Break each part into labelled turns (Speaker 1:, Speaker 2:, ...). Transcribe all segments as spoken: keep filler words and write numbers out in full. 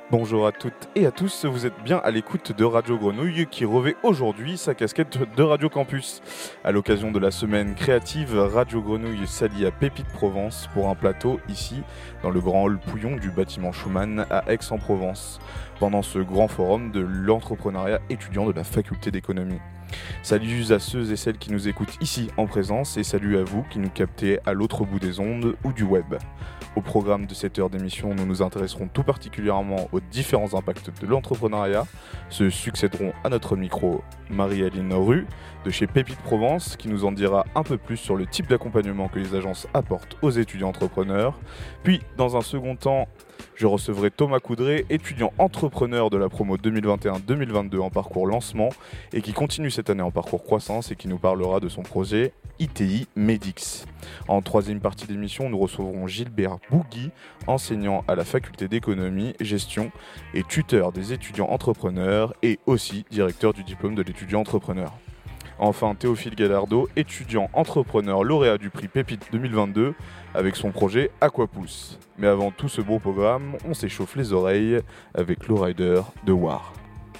Speaker 1: Bonjour à toutes et à tous, vous êtes bien à l'écoute de Radio Grenouille qui revêt aujourd'hui sa casquette de Radio Campus. À l'occasion de la semaine créative, Radio Grenouille s'allie à Pépite Provence pour un plateau ici dans le grand hall Pouillon du bâtiment Schumann à Aix-en-Provence, pendant ce grand forum de l'entrepreneuriat étudiant de la faculté d'économie. Salut à ceux et celles qui nous écoutent ici en présence et salut à vous qui nous captez à l'autre bout des ondes ou du web. Au programme de cette heure d'émission, nous nous intéresserons tout particulièrement aux différents impacts de l'entrepreneuriat. Se succéderont à notre micro Marie-Aline Rue de chez Pépite Provence qui nous en dira un peu plus sur le type d'accompagnement que les agences apportent aux étudiants entrepreneurs. Puis, dans un second temps, je recevrai Thomas Coudray, étudiant entrepreneur de la promo deux mille vingt et un deux mille vingt-deux en parcours lancement et qui continue cette année en parcours croissance et qui nous parlera de son projet I T I Medix. En troisième partie d'émission, nous recevrons Gilbert Bougui, enseignant à la faculté d'économie, gestion et tuteur des étudiants entrepreneurs et aussi directeur du diplôme de l'étudiant entrepreneur. Enfin, Théophile Gallardo, étudiant entrepreneur lauréat du prix Pépite deux mille vingt-deux avec son projet Aquapousse. Mais avant tout ce beau programme, on s'échauffe les oreilles avec Lowrider de War.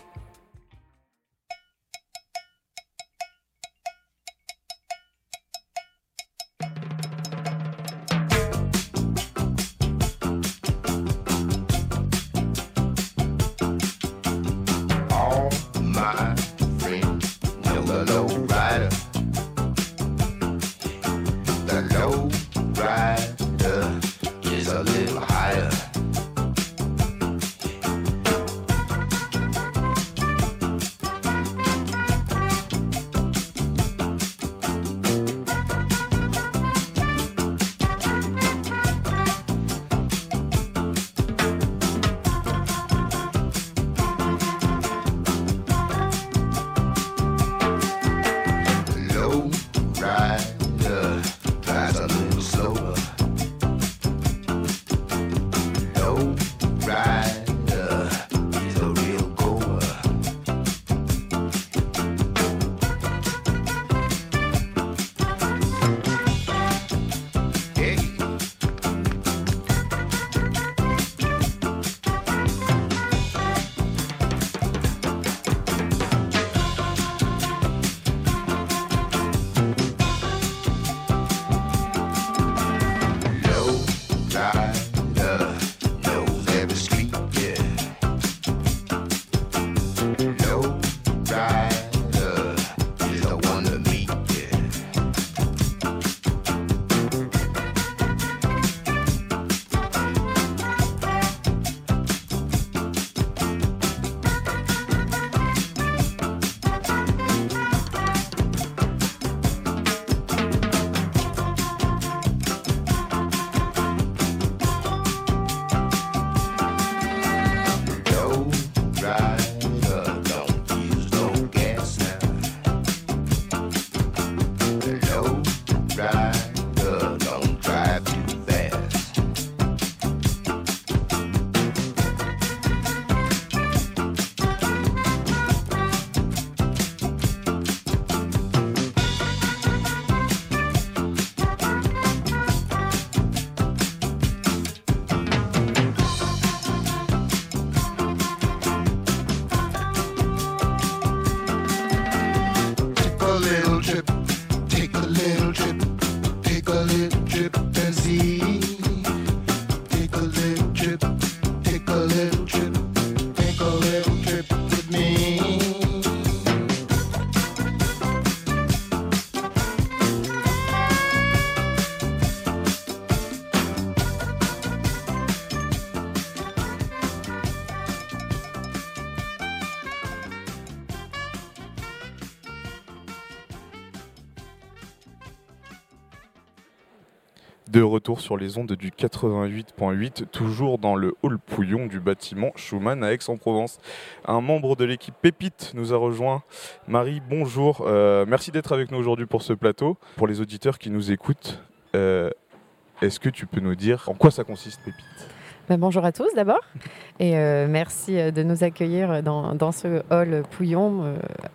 Speaker 1: De retour sur les ondes du quatre-vingt-huit point huit, toujours dans le hall Pouillon du bâtiment Schumann à Aix-en-Provence. Un membre de l'équipe Pépite nous a rejoint. Marie, bonjour. Euh, merci d'être avec nous aujourd'hui pour ce plateau. Pour les auditeurs qui nous écoutent, euh, est-ce que tu peux nous dire en quoi ça consiste Pépite ?
Speaker 2: Ben, bonjour à tous d'abord et euh, merci de nous accueillir dans, dans ce hall Pouillon euh,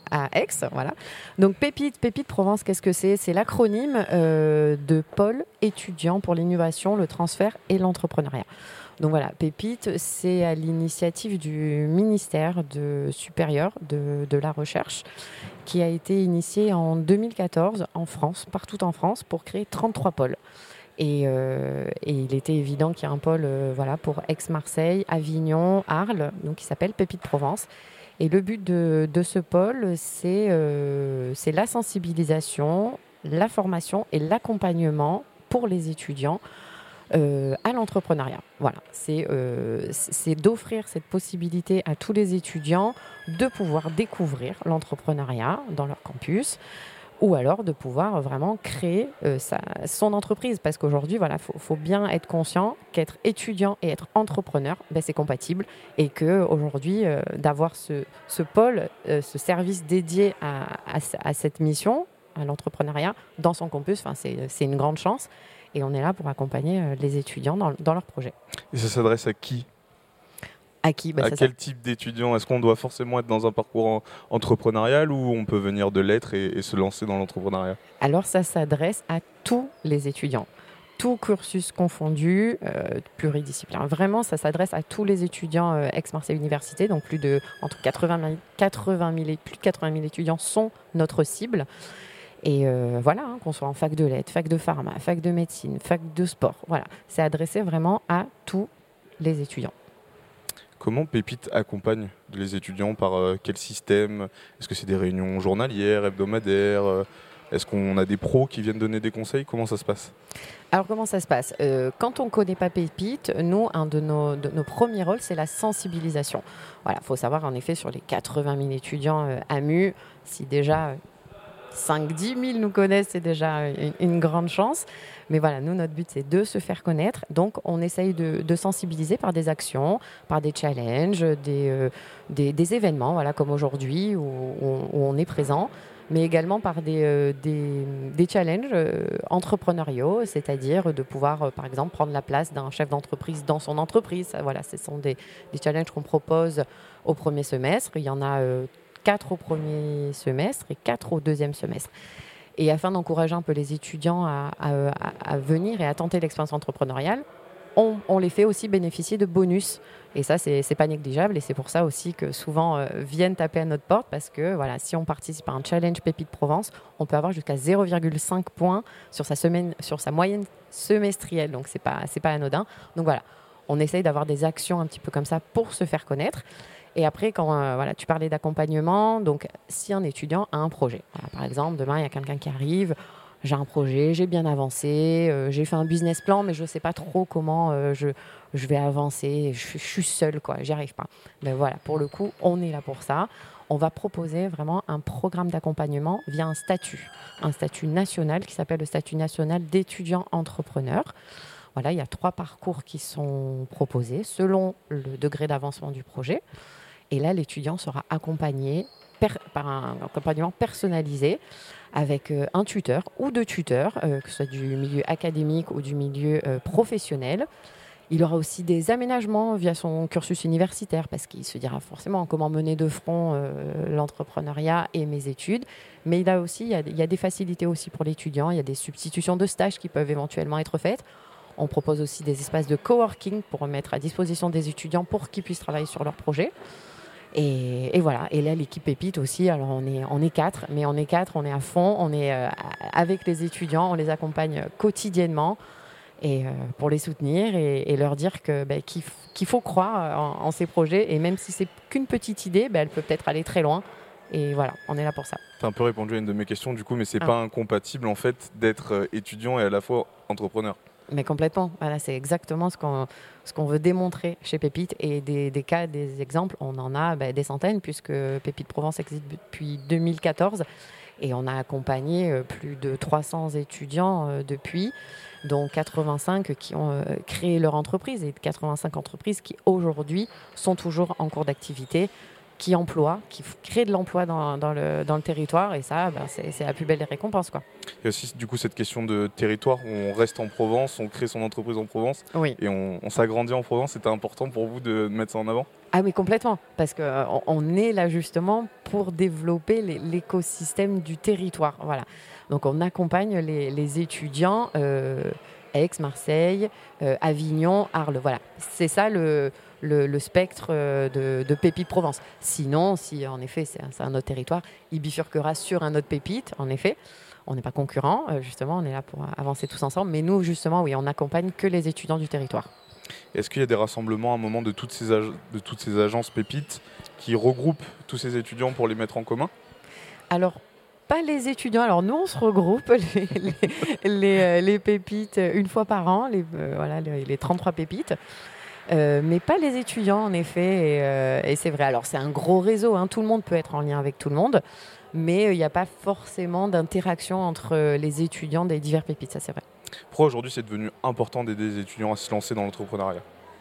Speaker 2: à Aix. Voilà. Donc Pépite, Pépite Provence, qu'est-ce que c'est? C'est l'acronyme euh, de pôle étudiant pour l'innovation, le transfert et l'entrepreneuriat. Donc voilà, Pépite, c'est à l'initiative du ministère de supérieur de, de la recherche qui a été initié en deux mille quatorze en France, partout en France, pour créer trente-trois pôles. Et, euh, et il était évident qu'il y a un pôle euh, voilà, pour Aix-Marseille, Avignon, Arles, donc qui s'appelle Pépite Provence. Et le but de, de ce pôle, c'est, euh, c'est la sensibilisation, la formation et l'accompagnement pour les étudiants Euh, à l'entrepreneuriat. Voilà, c'est, euh, c'est d'offrir cette possibilité à tous les étudiants de pouvoir découvrir l'entrepreneuriat dans leur campus ou alors de pouvoir vraiment créer euh, sa, son entreprise. Parce qu'aujourd'hui, voilà, faut, faut bien être conscient qu'être étudiant et être entrepreneur, ben, c'est compatible et qu'aujourd'hui, euh, d'avoir ce, ce pôle, euh, ce service dédié à, à, à cette mission, à l'entrepreneuriat, dans son campus, c'est, c'est une grande chance. Et on est là pour accompagner les étudiants dans, dans leurs projets.
Speaker 1: Et ça s'adresse à qui?
Speaker 2: À qui bah,
Speaker 1: À
Speaker 2: ça,
Speaker 1: quel
Speaker 2: ça...
Speaker 1: type d'étudiant? Est-ce qu'on doit forcément être dans un parcours en, entrepreneurial ou on peut venir de lettres et, et se lancer dans l'entrepreneuriat?
Speaker 2: Alors ça s'adresse à tous les étudiants. Tout cursus confondu, euh, pluridisciplinaire. Vraiment, ça s'adresse à tous les étudiants euh, Aix-Marseille Université. Donc plus de, entre quatre-vingt mille, quatre-vingt mille, plus de quatre-vingt mille étudiants sont notre cible. Et euh, voilà, hein, qu'on soit en fac de lettres, fac de pharma, fac de médecine, fac de sport, voilà, c'est adressé vraiment à tous les étudiants.
Speaker 1: Comment Pépite accompagne les étudiants? Par euh, quel système? Est-ce que c'est des réunions journalières, hebdomadaires? euh, Est-ce qu'on a des pros qui viennent donner des conseils? Comment ça se passe?
Speaker 2: Alors comment ça se passe? euh, Quand on ne connaît pas Pépite, nous, un de nos, de nos premiers rôles, c'est la sensibilisation. Voilà, il faut savoir en effet sur les quatre-vingt mille étudiants euh, A M U, si déjà... Euh, cinq à dix mille nous connaissent, c'est déjà une, une grande chance. Mais voilà, nous, notre but, c'est de se faire connaître. Donc, on essaye de, de sensibiliser par des actions, par des challenges, des, euh, des, des événements, voilà, comme aujourd'hui, où, où, où on est présent, mais également par des, euh, des, des challenges euh, entrepreneuriaux, c'est-à-dire de pouvoir, euh, par exemple, prendre la place d'un chef d'entreprise dans son entreprise. Voilà, ce sont des, des challenges qu'on propose au premier semestre. Il y en a euh, quatre au premier semestre et quatre au deuxième semestre. Et afin d'encourager un peu les étudiants à, à, à venir et à tenter l'expérience entrepreneuriale, on, on les fait aussi bénéficier de bonus. Et ça, c'est, c'est pas négligeable. Et c'est pour ça aussi que souvent euh, viennent taper à notre porte parce que voilà, si on participe à un challenge Pépite Provence, on peut avoir jusqu'à zéro virgule cinq points sur sa, semaine, sur sa moyenne semestrielle. Donc, c'est pas, c'est pas anodin. Donc voilà, on essaye d'avoir des actions un petit peu comme ça pour se faire connaître. Et après, quand euh, voilà, tu parlais d'accompagnement, donc si un étudiant a un projet, voilà, par exemple, demain, il y a quelqu'un qui arrive, j'ai un projet, j'ai bien avancé, euh, j'ai fait un business plan, mais je ne sais pas trop comment euh, je, je vais avancer, je, je suis seule, quoi, j'y arrive pas. Ben voilà, pour le coup, on est là pour ça. On va proposer vraiment un programme d'accompagnement via un statut, un statut national qui s'appelle le statut national d'étudiant entrepreneur. Voilà, il y a trois parcours qui sont proposés selon le degré d'avancement du projet. Et là, l'étudiant sera accompagné per, par un accompagnement personnalisé avec euh, un tuteur ou deux tuteurs, euh, que ce soit du milieu académique ou du milieu euh, professionnel. Il aura aussi des aménagements via son cursus universitaire parce qu'il se dira forcément comment mener de front euh, l'entrepreneuriat et mes études. Mais il, a aussi, il, y a, il y a des facilités aussi pour l'étudiant. Il y a des substitutions de stages qui peuvent éventuellement être faites. On propose aussi des espaces de coworking pour mettre à disposition des étudiants pour qu'ils puissent travailler sur leurs projets. Et, et voilà. Et là, l'équipe Pépite aussi, alors on est, on est quatre, mais on est quatre, on est à fond, on est euh, avec les étudiants, on les accompagne quotidiennement et, euh, pour les soutenir et, et leur dire que, bah, qu'il, qu'il faut croire en, en ces projets. Et même si c'est qu'une petite idée, bah, elle peut peut-être aller très loin. Et voilà, on est là pour ça.
Speaker 1: Tu as un peu répondu à une de mes questions, du coup, mais c'est
Speaker 2: ah.
Speaker 1: pas incompatible en fait d'être étudiant et à la fois entrepreneur.
Speaker 2: Mais complètement. Voilà, c'est exactement ce qu'on, ce qu'on veut démontrer chez Pépite. Et des, des cas, des exemples, on en a bah, des centaines, puisque Pépite Provence existe depuis deux mille quatorze. Et on a accompagné euh, plus de trois cents étudiants euh, depuis, dont quatre-vingt-cinq qui ont euh, créé leur entreprise et quatre-vingt-cinq entreprises qui, aujourd'hui, sont toujours en cours d'activité qui emploie, qui f- crée de l'emploi dans, dans le, dans le territoire. Et ça, ben, c'est, c'est la plus belle des récompenses, quoi.
Speaker 1: Il y a aussi du coup cette question de territoire où on reste en Provence, on crée son entreprise en Provence
Speaker 2: Oui.
Speaker 1: et on, on s'agrandit en Provence. C'était important pour vous de mettre ça en avant?
Speaker 2: Ah mais complètement, parce qu'on on est là justement pour développer les- l'écosystème du territoire. Voilà. Donc on accompagne les, les étudiants euh, Aix, Marseille, euh, Avignon, Arles. Voilà. C'est ça le, le, le spectre euh, de, de Pépite Provence. Sinon, si en effet c'est un, c'est un autre territoire, il bifurquera sur un autre Pépite, en effet. On n'est pas concurrents, euh, justement, on est là pour avancer tous ensemble. Mais nous, justement, oui, on n'accompagne que les étudiants du territoire.
Speaker 1: Est-ce qu'il y a des rassemblements à un moment de toutes ces, ag- de toutes ces agences pépites qui regroupent tous ces étudiants pour les mettre en commun?
Speaker 2: Alors, pas les étudiants. Alors, nous, on se regroupe, les, les, les, euh, les pépites, euh, une fois par an, les, euh, voilà, les, les trente-trois pépites. Euh, mais pas les étudiants, en effet. Et, euh, et c'est vrai. Alors, c'est un gros réseau. Hein, tout le monde peut être en lien avec tout le monde. Mais il n'y a pas forcément d'interaction entre euh, les étudiants des divers pépites. Ça, c'est vrai.
Speaker 1: Pourquoi aujourd'hui c'est devenu important d'aider les étudiants à se lancer dans l'entrepreneuriat?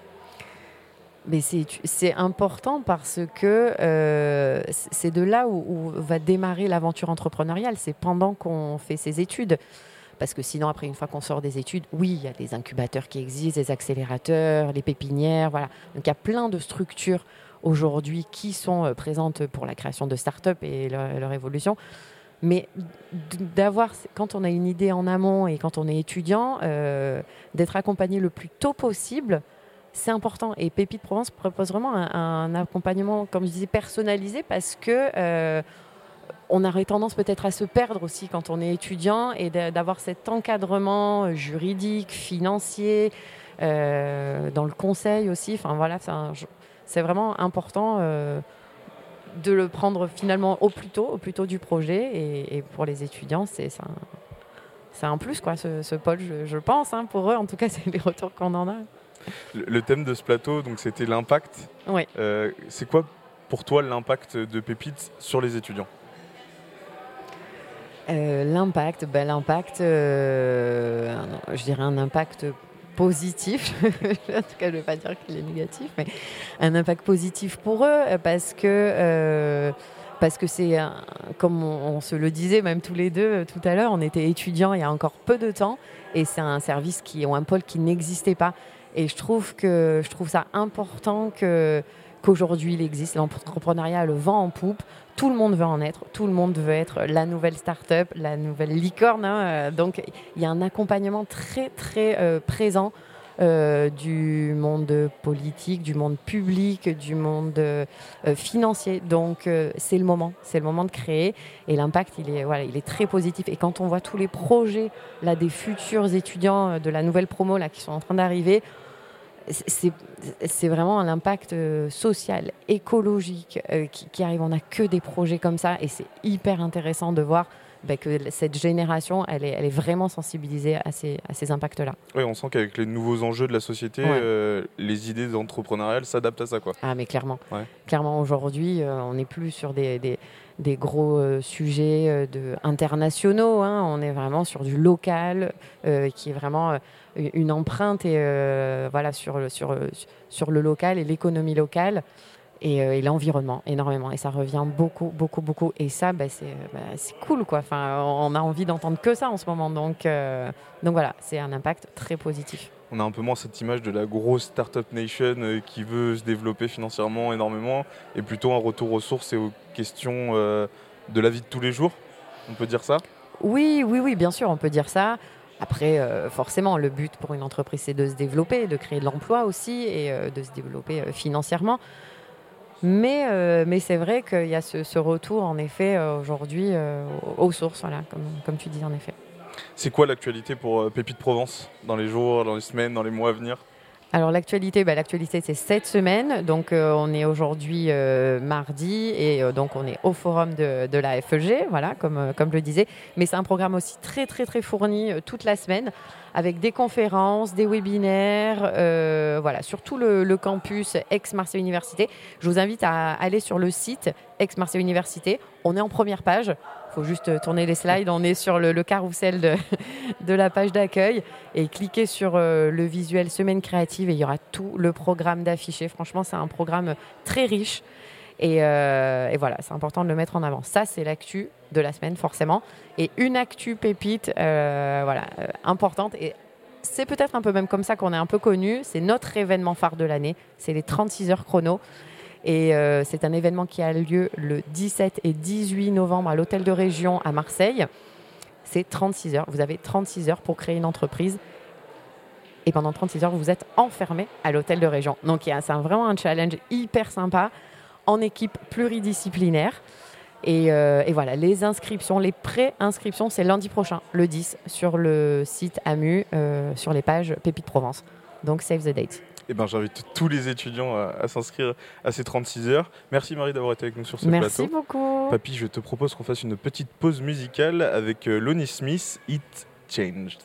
Speaker 2: Mais c'est, c'est important parce que euh, c'est de là où, où va démarrer l'aventure entrepreneuriale. C'est pendant qu'on fait ses études. Parce que sinon, après, une fois qu'on sort des études, oui, il y a des incubateurs qui existent, des accélérateurs, les pépinières, voilà. Donc, il y a plein de structures aujourd'hui qui sont euh, présentes pour la création de start-up et leur, leur évolution. Mais d- d'avoir, quand on a une idée en amont et quand on est étudiant, euh, d'être accompagné le plus tôt possible, c'est important. Et Pépite Provence propose vraiment un, un accompagnement, comme je disais, personnalisé parce que euh, on aurait tendance peut-être à se perdre aussi quand on est étudiant et d'a- d'avoir cet encadrement juridique, financier, euh, dans le conseil aussi. Enfin voilà, c'est, un- je- c'est vraiment important euh, de le prendre finalement au plus tôt, au plus tôt du projet. Et, et pour les étudiants, c'est, c'est, un, c'est un plus, quoi, ce, ce pôle, je, je pense. Hein, pour eux, en tout cas, c'est les retours qu'on en a.
Speaker 1: Le, le thème de ce plateau, donc c'était l'impact.
Speaker 2: Oui.
Speaker 1: Euh, c'est quoi pour toi l'impact de Pépite sur les étudiants?
Speaker 2: Euh, l'impact, ben, l'impact, euh, un- je dirais un impact positif. En tout cas, je ne vais pas dire qu'il est négatif, mais un impact positif pour eux euh, parce que, euh, parce que c'est, un- comme on, on se le disait même tous les deux euh, tout à l'heure, on était étudiants il y a encore peu de temps et c'est un service qui, ou un pôle qui n'existait pas. Et je trouve, que, je trouve ça important que, qu'aujourd'hui il existe. L'entrepreneuriat a le vent en poupe. Tout le monde veut en être, tout le monde veut être la nouvelle start-up, la nouvelle licorne. Hein, euh, donc, il y a un accompagnement très, très euh, présent euh, du monde politique, du monde public, du monde euh, financier. Donc, euh, c'est le moment, c'est le moment de créer. Et l'impact, il est, voilà, il est très positif. Et quand on voit tous les projets là, des futurs étudiants euh, de la nouvelle promo là, qui sont en train d'arriver, c'est, c'est vraiment un impact euh, social, écologique euh, qui, qui arrive. On n'a que des projets comme ça et c'est hyper intéressant de voir bah, que cette génération, elle est, elle est vraiment sensibilisée à ces, à ces impacts-là.
Speaker 1: Oui, on sent qu'avec les nouveaux enjeux de la société,
Speaker 2: Ouais.
Speaker 1: euh, les idées d'entrepreneuriat s'adaptent à ça, quoi.
Speaker 2: Ah mais clairement,
Speaker 1: Ouais.
Speaker 2: clairement aujourd'hui, euh, on n'est plus sur des, des, des gros euh, sujets euh, de, internationaux, hein. On est vraiment sur du local euh, qui est vraiment euh, une empreinte et, euh, voilà, sur, le, sur, sur le local et l'économie locale et, euh, et l'environnement énormément. Et ça revient beaucoup, beaucoup, beaucoup. Et ça, bah, c'est, bah, c'est cool, quoi. Enfin, on a envie d'entendre que ça en ce moment. Donc, euh, donc voilà, c'est un impact très positif.
Speaker 1: On a un peu moins cette image de la grosse startup nation euh, qui veut se développer financièrement énormément et plutôt un retour aux sources et aux questions euh, de la vie de tous les jours. On peut dire ça?
Speaker 2: Oui, oui, oui, bien sûr, on peut dire ça. Après, euh, forcément, le but pour une entreprise, c'est de se développer, de créer de l'emploi aussi et euh, de se développer euh, financièrement. Mais, euh, mais c'est vrai qu'il y a ce, ce retour, en effet, euh, aujourd'hui, euh, aux sources, voilà, comme, comme tu dis, en effet.
Speaker 1: C'est quoi l'actualité pour euh, Pépite Provence dans les jours, dans les semaines, dans les mois à venir?
Speaker 2: Alors l'actualité, bah, l'actualité c'est cette semaine, donc euh, on est aujourd'hui euh, mardi et euh, donc on est au forum de, de la F E G, voilà, comme, euh, comme je le disais, mais c'est un programme aussi très très très fourni euh, toute la semaine avec des conférences, des webinaires, euh, voilà, sur tout le, le campus Aix-Marseille Université. Je vous invite à aller sur le site Aix-Marseille Université, on est en première page. Il faut juste tourner les slides, on est sur le, le carrousel de, de la page d'accueil et cliquer sur euh, le visuel Semaine créative et il y aura tout le programme d'affiché. Franchement, c'est un programme très riche Et, euh, et voilà, c'est important de le mettre en avant. Ça, c'est l'actu de la semaine, forcément. Et une actu pépite, euh, voilà, euh, importante. Et c'est peut-être un peu même comme ça qu'on est un peu connu. C'est notre événement phare de l'année. C'est les trente-six heures chrono. Et euh, c'est un événement qui a lieu le dix-sept et dix-huit novembre à l'Hôtel de Région à Marseille. C'est trente-six heures. Vous avez trente-six heures pour créer une entreprise. Et pendant trente-six heures, vous êtes enfermé à l'Hôtel de Région. Donc, c'est un, vraiment un challenge hyper sympa en équipe pluridisciplinaire. Et, euh, et voilà, les inscriptions, les pré-inscriptions, c'est lundi prochain, le dix, sur le site A M U, euh, sur les pages Pépite Provence. Donc, save the date.
Speaker 1: Eh ben, j'invite tous les étudiants à, à s'inscrire à ces trente-six heures. Merci Marie d'avoir été avec nous sur ce
Speaker 2: Merci
Speaker 1: plateau.
Speaker 2: Merci beaucoup.
Speaker 1: Papy, je te propose qu'on fasse une petite pause musicale avec euh, Lonnie Smith, It Changed.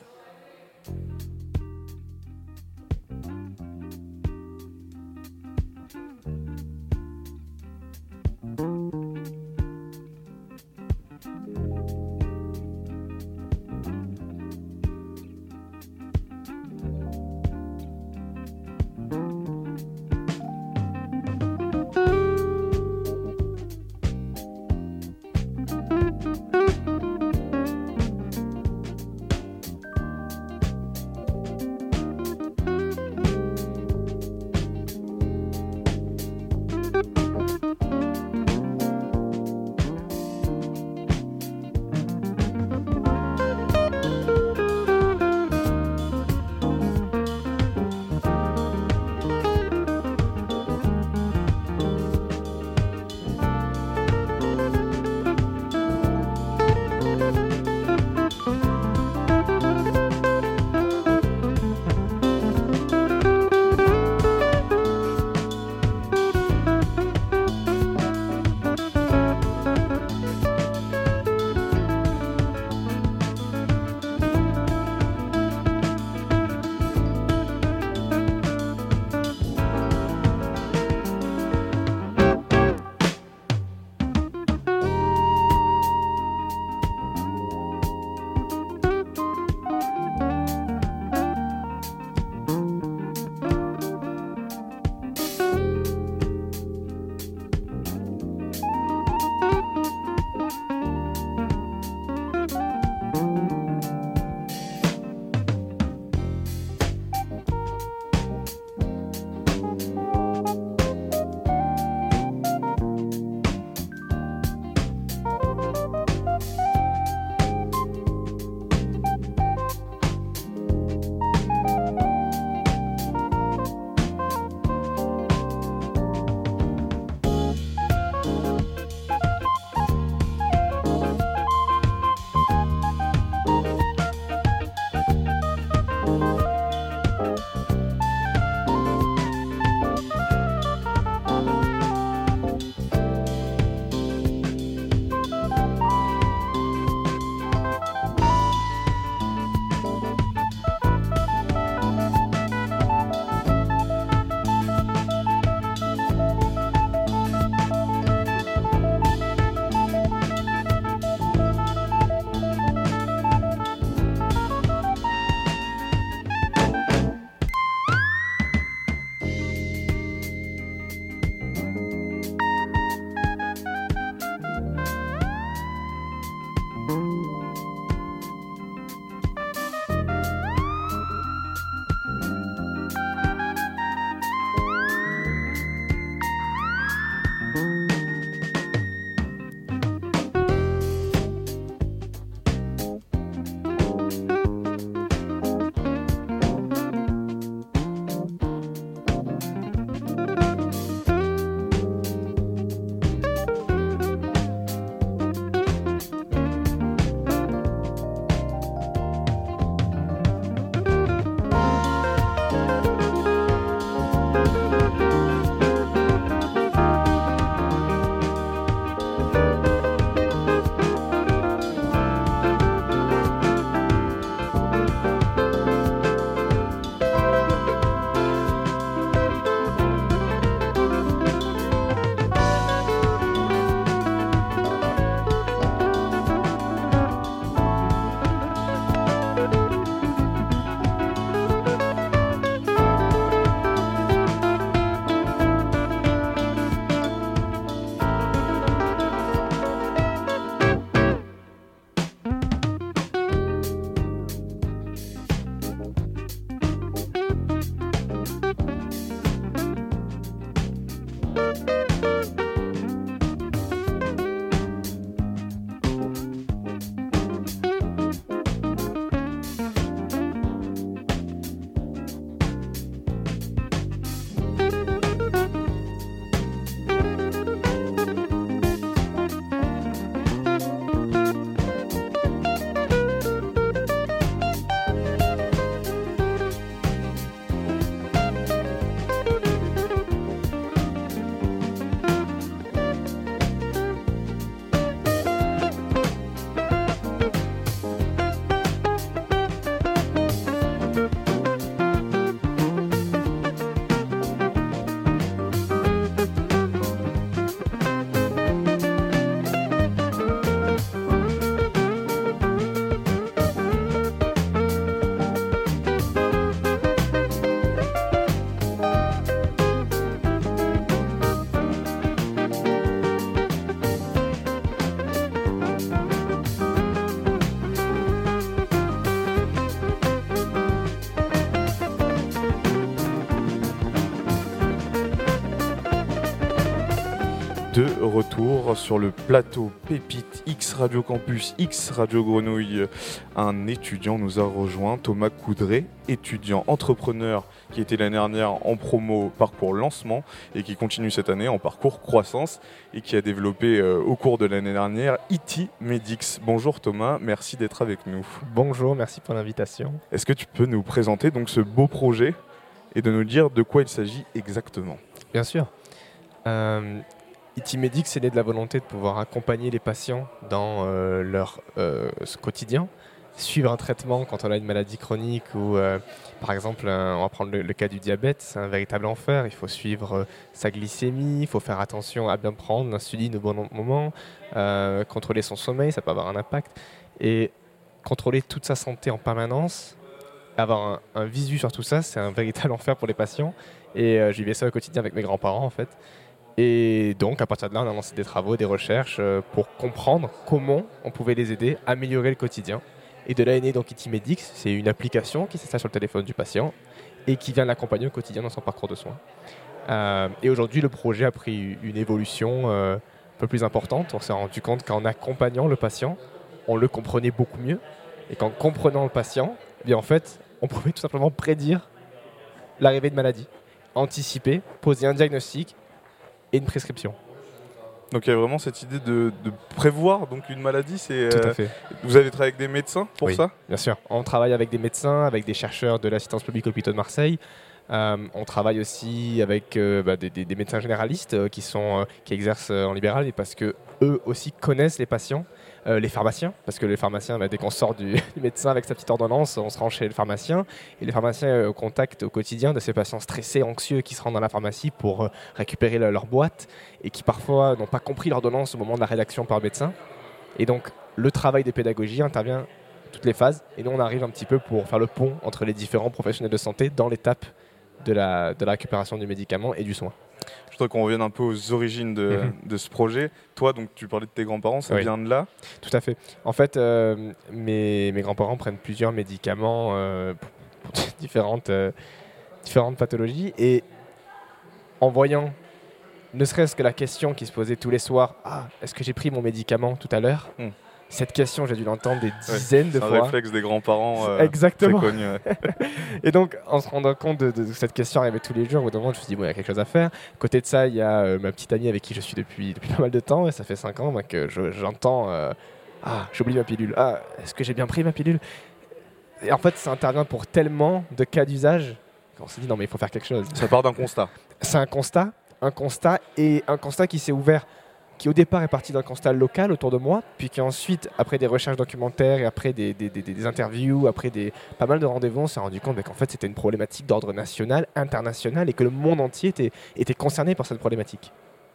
Speaker 1: de retour sur le plateau Pépite X Radio Campus, X Radio Grenouille. Un étudiant nous a rejoint, Thomas Coudray, étudiant entrepreneur qui était l'année dernière en promo parcours lancement et qui continue cette année en parcours croissance et qui a développé euh, au cours de l'année dernière Itimedix. Bonjour Thomas, merci d'être avec nous.
Speaker 3: Bonjour, merci pour l'invitation.
Speaker 1: Est-ce que tu peux nous présenter donc ce beau projet et de nous dire de quoi il s'agit exactement?
Speaker 3: Bien sûr. Euh, Itimedix, c'est né de la volonté de pouvoir accompagner les patients dans euh, leur euh, quotidien, suivre un traitement quand on a une maladie chronique ou euh, par exemple, un, on va prendre le, le cas du diabète, c'est un véritable enfer. Il faut suivre euh, sa glycémie, il faut faire attention à bien prendre l'insuline au bon moment, euh, contrôler son sommeil, ça peut avoir un impact. Et contrôler toute sa santé en permanence, avoir un, un visu sur tout ça, c'est un véritable enfer pour les patients. Et euh, je vivais ça au quotidien avec mes grands-parents en fait. Et donc à partir de là, on a lancé des travaux, des recherches euh, pour comprendre comment on pouvait les aider à améliorer le quotidien. Et de là est né donc Itimedix, c'est une application qui s'installe sur le téléphone du patient et qui vient l'accompagner au quotidien dans son parcours de soins. Euh, et aujourd'hui, le projet a pris une évolution euh, un peu plus importante. On s'est rendu compte qu'en accompagnant le patient, on le comprenait beaucoup mieux. Et qu'en comprenant le patient, eh bien en fait, on pouvait tout simplement prédire l'arrivée de maladie, anticiper, poser un diagnostic et une prescription.
Speaker 1: Donc il y a vraiment cette idée de, de prévoir donc une maladie. C'est,
Speaker 3: Tout
Speaker 1: euh,
Speaker 3: à fait.
Speaker 1: Vous avez travaillé avec des médecins pour
Speaker 3: Oui,
Speaker 1: ça?
Speaker 3: Bien sûr. On travaille avec des médecins, avec des chercheurs de l'assistance publique au hôpital de Marseille. Euh, on travaille aussi avec euh, bah, des, des, des médecins généralistes euh, qui, sont, euh, qui exercent euh, en libéral et parce qu'eux aussi connaissent les patients. Euh, les pharmaciens, parce que les pharmaciens, bah, dès qu'on sort du, du médecin avec sa petite ordonnance, on se rend chez le pharmacien. Et les pharmaciens euh, au contact au quotidien de ces patients stressés, anxieux qui se rendent dans la pharmacie pour euh, récupérer le, leur boîte et qui parfois n'ont pas compris l'ordonnance au moment de la rédaction par le médecin. Et donc le travail de pédagogie intervient toutes les phases. Et nous, on arrive un petit peu pour faire le pont entre les différents professionnels de santé dans l'étape de la, de la récupération du médicament et du soin.
Speaker 1: Je voudrais qu'on revienne un peu aux origines de, mm-hmm. de ce projet. Toi, donc, tu parlais de tes grands-parents, ça oui. vient de là?
Speaker 3: Tout à fait. En fait, euh, mes, mes grands-parents prennent plusieurs médicaments euh, pour, pour différentes, euh, différentes pathologies. Et en voyant, ne serait-ce que la question qui se posait tous les soirs, « Ah, est-ce que j'ai pris mon médicament tout à l'heure mm. ?» Cette question, j'ai dû l'entendre des dizaines
Speaker 1: ouais,
Speaker 3: de
Speaker 1: fois.
Speaker 3: C'est
Speaker 1: un réflexe des grands-parents euh,
Speaker 3: Exactement.
Speaker 1: très connu. Ouais.
Speaker 3: Et donc, en se rendant compte de, de, de cette question arrivait tous les jours, au bout d'un moment, je me suis dit, bon, il y a quelque chose à faire. À côté de ça, il y a euh, ma petite amie avec qui je suis depuis, depuis pas mal de temps, et ça fait cinq ans bah, que je, j'entends euh, « Ah, j'oublie ma pilule. Ah, est-ce que j'ai bien pris ma pilule ?» Et en fait, ça intervient pour tellement de cas d'usage qu'on s'est dit, non, mais il faut faire quelque chose.
Speaker 1: Ça part d'un constat.
Speaker 3: C'est un constat, un constat, et un constat qui s'est ouvert, qui au départ est parti d'un constat local autour de moi, puis qui ensuite, après des recherches documentaires et après des, des, des, des interviews, après des, pas mal de rendez-vous, on s'est rendu compte bah, qu'en fait c'était une problématique d'ordre national, international, et que le monde entier était, était concerné par cette problématique.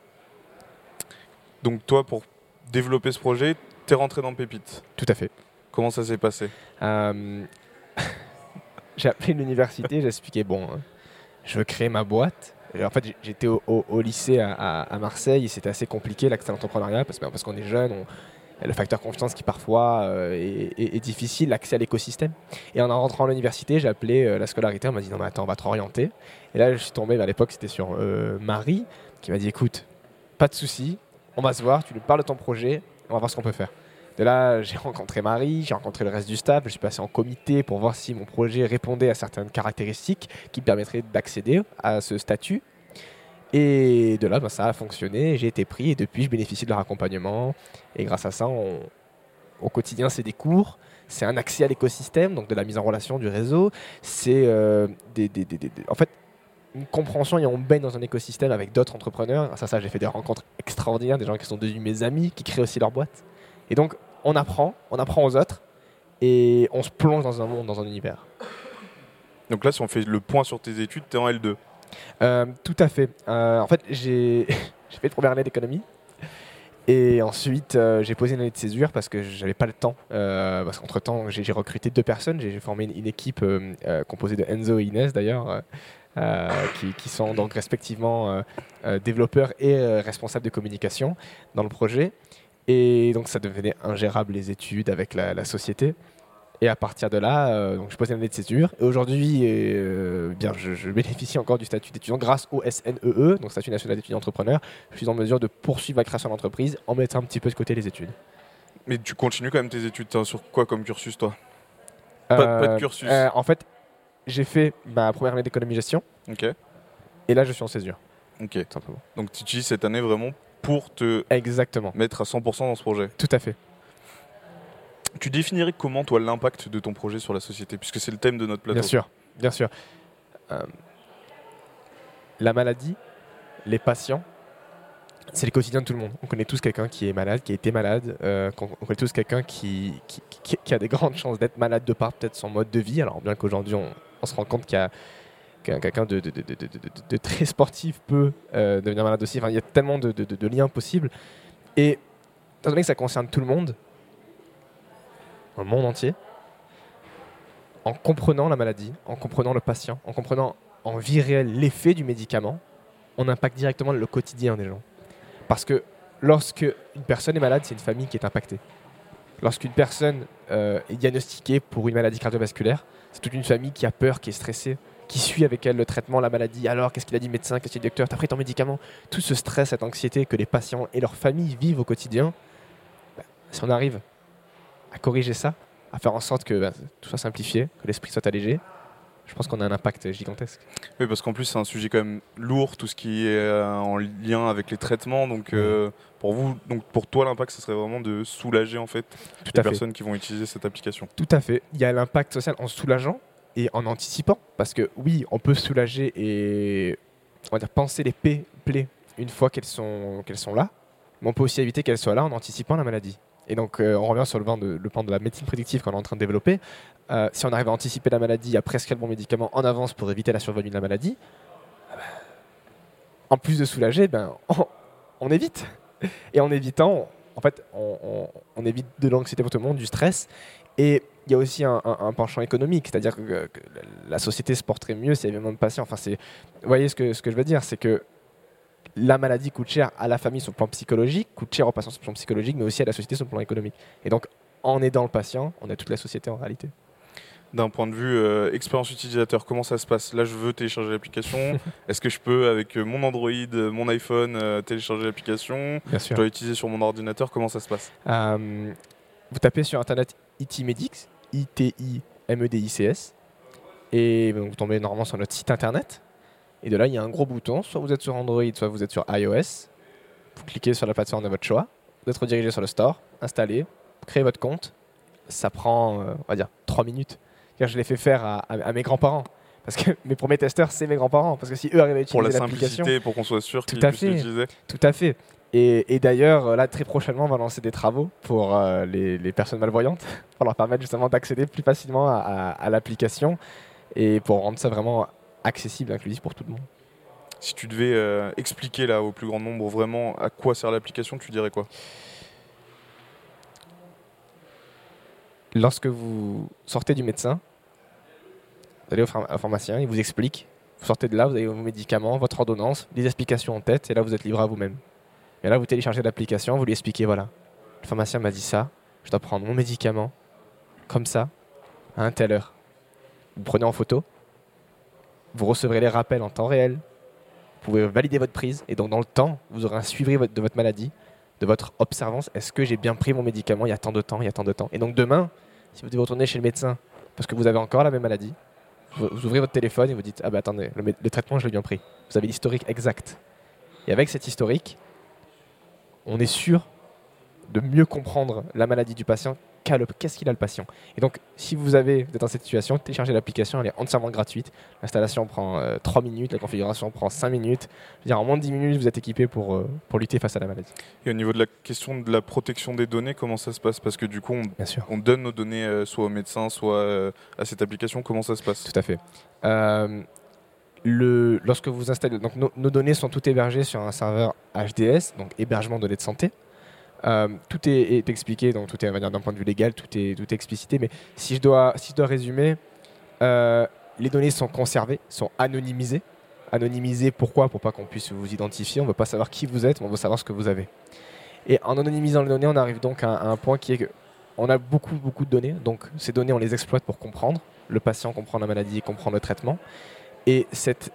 Speaker 1: Donc toi, pour développer ce projet, tu es rentré dans Pépite?
Speaker 3: Tout à fait.
Speaker 1: Comment ça s'est passé? euh...
Speaker 3: J'ai appelé l'université, j'ai expliqué, bon, hein, je veux créer ma boîte. En fait, j'étais au, au, au lycée à, à, à Marseille et c'était assez compliqué l'accès à l'entrepreneuriat parce, parce qu'on est jeune, on, il y a le facteur confiance qui parfois euh, est, est, est difficile, l'accès à l'écosystème. Et en rentrant à l'université, j'ai appelé euh, la scolarité, on m'a dit non mais attends, on va te orienter. Et là, je suis tombé, à l'époque c'était sur euh, Marie qui m'a dit écoute, pas de souci, on va se voir, tu lui parles de ton projet, on va voir ce qu'on peut faire. De là, j'ai rencontré Marie, j'ai rencontré le reste du staff, je suis passé en comité pour voir si mon projet répondait à certaines caractéristiques qui permettraient d'accéder à ce statut. Et de là, ben, ça a fonctionné, j'ai été pris et depuis, je bénéficie de leur accompagnement. Et grâce à ça, on, au quotidien, c'est des cours, c'est un accès à l'écosystème, donc de la mise en relation du réseau. C'est euh, des, des, des, des, en fait, une compréhension et on baigne dans un écosystème avec d'autres entrepreneurs. Grâce à ça, j'ai fait des rencontres extraordinaires, des gens qui sont devenus mes amis, qui créent aussi leur boîte. Et donc, on apprend, on apprend aux autres et on se plonge dans un monde, dans un univers.
Speaker 1: Donc là, si on fait le point sur tes études, tu es en L deux.
Speaker 3: euh, Tout à fait. Euh, en fait, j'ai, j'ai fait une première année d'économie et ensuite, euh, j'ai posé une année de césure parce que je n'avais pas le temps. Euh, parce qu'entre-temps, j'ai, j'ai recruté deux personnes. J'ai, j'ai formé une, une équipe euh, euh, composée de Enzo et Inès, d'ailleurs, euh, qui, qui sont donc respectivement euh, euh, développeurs et euh, responsables de communication dans le projet. Et donc ça devenait ingérable les études avec la, la société. Et à partir de là, euh, donc je posais l'année de césure. Et aujourd'hui, euh, bien, je, je bénéficie encore du statut d'étudiant grâce au S N E E, donc statut national d'étudiant entrepreneur. Je suis en mesure de poursuivre la création d'entreprise en mettant un petit peu de côté les études.
Speaker 1: Mais tu continues quand même tes études. T'as sur quoi comme cursus, toi? Pas,
Speaker 3: Euh,
Speaker 1: pas de cursus.
Speaker 3: euh, en fait, j'ai fait ma première année d'économie-gestion.
Speaker 1: Ok.
Speaker 3: Et là, je suis en césure.
Speaker 1: Ok.
Speaker 3: Tout simplement.
Speaker 1: Donc tu utilises cette année vraiment pour te
Speaker 3: Exactement.
Speaker 1: mettre à cent pour cent dans ce projet.
Speaker 3: Tout à fait.
Speaker 1: Tu définirais comment, toi, l'impact de ton projet sur la société, puisque c'est le thème de notre plateau?
Speaker 3: Bien sûr, bien sûr. Euh, la maladie, les patients, c'est le quotidien de tout le monde. On connaît tous quelqu'un qui est malade, qui a été malade. Euh, on connaît tous quelqu'un qui, qui, qui, qui a des grandes chances d'être malade de par peut-être son mode de vie. Alors bien qu'aujourd'hui, on, on se rend compte qu'il y a qu'un quelqu'un de, de, de, de, de, de très sportif peut euh, devenir malade aussi. Enfin, il y a tellement de, de, de, de liens possibles. Et étant donné que ça concerne tout le monde, dans le monde entier, en comprenant la maladie, en comprenant le patient, en comprenant en vie réelle l'effet du médicament, on impacte directement le quotidien des gens. Parce que lorsque une personne est malade, c'est une famille qui est impactée. Lorsqu'une personne euh, est diagnostiquée pour une maladie cardiovasculaire, c'est toute une famille qui a peur, qui est stressée, qui suit avec elle le traitement, la maladie. Alors, qu'est-ce qu'il a dit le médecin, qu'est-ce qu'il a dit le docteur, t'as pris ton médicament? Tout ce stress, cette anxiété que les patients et leurs familles vivent au quotidien, bah, si on arrive à corriger ça, à faire en sorte que bah, tout soit simplifié, que l'esprit soit allégé, je pense qu'on a un impact gigantesque.
Speaker 1: Oui, parce qu'en plus, c'est un sujet quand même lourd, tout ce qui est euh, en lien avec les traitements. Donc, euh, pour vous, donc pour toi, l'impact, ce serait vraiment de soulager en fait
Speaker 3: Tout
Speaker 1: les
Speaker 3: à fait.
Speaker 1: personnes qui vont utiliser cette application.
Speaker 3: Tout à fait. Il y a l'impact social en soulageant et en anticipant. Parce que oui, on peut soulager et on va dire, penser les pa- plaies une fois qu'elles sont, qu'elles sont là, mais on peut aussi éviter qu'elles soient là en anticipant la maladie. Et donc, euh, on revient sur le plan de, le plan de la médecine prédictive qu'on est en train de développer. Euh, si on arrive à anticiper la maladie, à prescrire le bon médicament en avance pour éviter la survenue de la maladie, euh, en plus de soulager, ben, on, on évite. Et en évitant, en fait, on, on, on évite de l'anxiété pour tout le monde, du stress. Et il y a aussi un, un, un penchant économique, c'est-à-dire que, que la société se porterait mieux s'il y avait moins de patients. Enfin, c'est, vous voyez ce que, ce que je veux dire, c'est que la maladie coûte cher à la famille sur le plan psychologique, coûte cher aux patients sur le plan psychologique, mais aussi à la société sur le plan économique. Et donc, en aidant le patient, on a toute la société en réalité.
Speaker 1: D'un point de vue euh, expérience utilisateur, comment ça se passe? Là, je veux télécharger l'application. Est-ce que je peux, avec mon Android, mon iPhone, euh, télécharger l'application?
Speaker 3: Bien
Speaker 1: Je
Speaker 3: sûr.
Speaker 1: dois l'utiliser sur mon ordinateur. Comment ça se passe?
Speaker 3: Euh, vous tapez sur Internet Itimedix, I T I M E D I C S, et donc, vous tombez normalement sur notre site Internet. Et de là, il y a un gros bouton. Soit vous êtes sur Android, soit vous êtes sur iOS. Vous cliquez sur la plateforme de votre choix. Vous êtes redirigé sur le store, installé, vous créez votre compte. Ça prend, euh, on va dire, trois minutes. Car je l'ai fait faire à, à, à mes grands-parents. Parce que mes premiers testeurs, c'est mes grands-parents. Parce que si eux arrivent à
Speaker 1: Pour
Speaker 3: utiliser
Speaker 1: la
Speaker 3: l'application...
Speaker 1: simplicité, pour qu'on soit sûr
Speaker 3: Tout
Speaker 1: qu'ils
Speaker 3: à
Speaker 1: puissent
Speaker 3: fait.
Speaker 1: l'utiliser.
Speaker 3: Tout à fait. Et, et d'ailleurs, là, très prochainement, on va lancer des travaux pour euh, les, les personnes malvoyantes, pour leur permettre justement d'accéder plus facilement à, à, à l'application et pour rendre ça vraiment accessible, inclusif pour tout le monde.
Speaker 1: Si tu devais euh, expliquer là au plus grand nombre vraiment à quoi sert l'application, tu dirais quoi?
Speaker 3: Lorsque vous sortez du médecin, vous allez au pharm- au pharmacien, il vous explique. Vous sortez de là, vous avez vos médicaments, votre ordonnance, des explications en tête, et là, vous êtes livré à vous-même. Et là, vous téléchargez l'application, vous lui expliquez, voilà, le pharmacien m'a dit ça, je dois prendre mon médicament, comme ça, à un telle heure. Vous prenez en photo, vous recevrez les rappels en temps réel, vous pouvez valider votre prise, et donc dans le temps, vous aurez un suivi de votre maladie, de votre observance. Est-ce que j'ai bien pris mon médicament il y a tant de temps, il y a tant de temps. Et donc demain, si vous devez retourner chez le médecin, parce que vous avez encore la même maladie, vous, vous ouvrez votre téléphone et vous dites « Ah ben attendez, le, le traitement, je l'ai bien pris. » Vous avez l'historique exact. Et avec cet historique, on est sûr de mieux comprendre la maladie du patient, qu'a le- qu'est-ce qu'il a le patient. Et donc, si vous, avez, vous êtes dans cette situation, téléchargez l'application, elle est entièrement gratuite. L'installation prend euh, trois minutes, la configuration prend cinq minutes. Je veux dire, en moins de dix minutes, vous êtes équipé pour, euh, pour lutter face à la maladie.
Speaker 1: Et au niveau de la question de la protection des données, comment ça se passe? Parce que du coup, on,
Speaker 3: Bien sûr.
Speaker 1: on donne nos données euh, soit au médecin, soit euh, à cette application. Comment ça se passe?
Speaker 3: Tout à fait. Euh, le, lorsque vous installez, donc nos, nos données sont toutes hébergées sur un serveur H D S, donc hébergement de données de santé. Euh, tout est, est expliqué, donc tout est, on va dire, d'un point de vue légal, tout est, tout est explicité. Mais si je dois, si je dois résumer, euh, les données sont conservées, sont anonymisées. Anonymisées, pourquoi? Pour pas qu'on puisse vous identifier. On ne veut pas savoir qui vous êtes, mais on veut savoir ce que vous avez. Et en anonymisant les données, on arrive donc à, à un point qui est que on a beaucoup, beaucoup de données. Donc, ces données, on les exploite pour comprendre le patient, comprendre la maladie, comprendre le traitement. Et cette,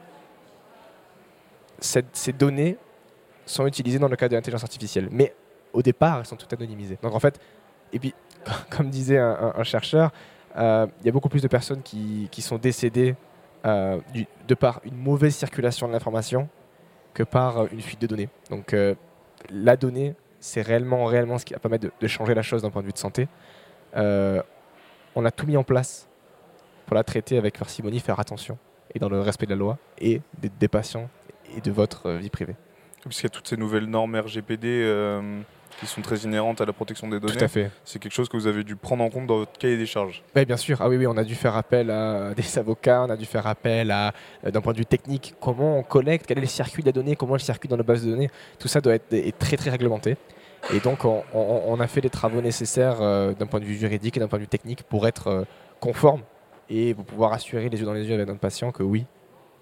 Speaker 3: cette, ces données sont utilisées dans le cadre de l'intelligence artificielle. Mais au départ, elles sont toutes anonymisées. Donc, en fait, et puis, comme disait un, un, un chercheur, il euh, y a beaucoup plus de personnes qui, qui sont décédées euh, du, de par une mauvaise circulation de l'information que par une fuite de données. Donc, euh, la donnée, c'est réellement, réellement ce qui va permettre de, de changer la chose d'un point de vue de santé. Euh, on a tout mis en place pour la traiter avec parcimonie, faire attention, et dans le respect de la loi, et des, des patients, et de votre euh, vie privée.
Speaker 1: Puisqu'il y a toutes ces nouvelles normes R G P D euh, qui sont très inhérentes à la protection des données.
Speaker 3: Tout à fait.
Speaker 1: C'est quelque chose que vous avez dû prendre en compte dans votre cahier des charges.
Speaker 3: Oui, bien sûr. Ah oui, oui, on a dû faire appel à des avocats, on a dû faire appel à, euh, d'un point de vue technique, comment on collecte, quel est le circuit de la donnée, comment elle circule dans nos bases de données. Tout ça doit être est très, très réglementé. Et donc, on, on, on a fait les travaux nécessaires euh, d'un point de vue juridique et d'un point de vue technique pour être euh, conforme et pour pouvoir assurer les yeux dans les yeux avec notre patient que oui,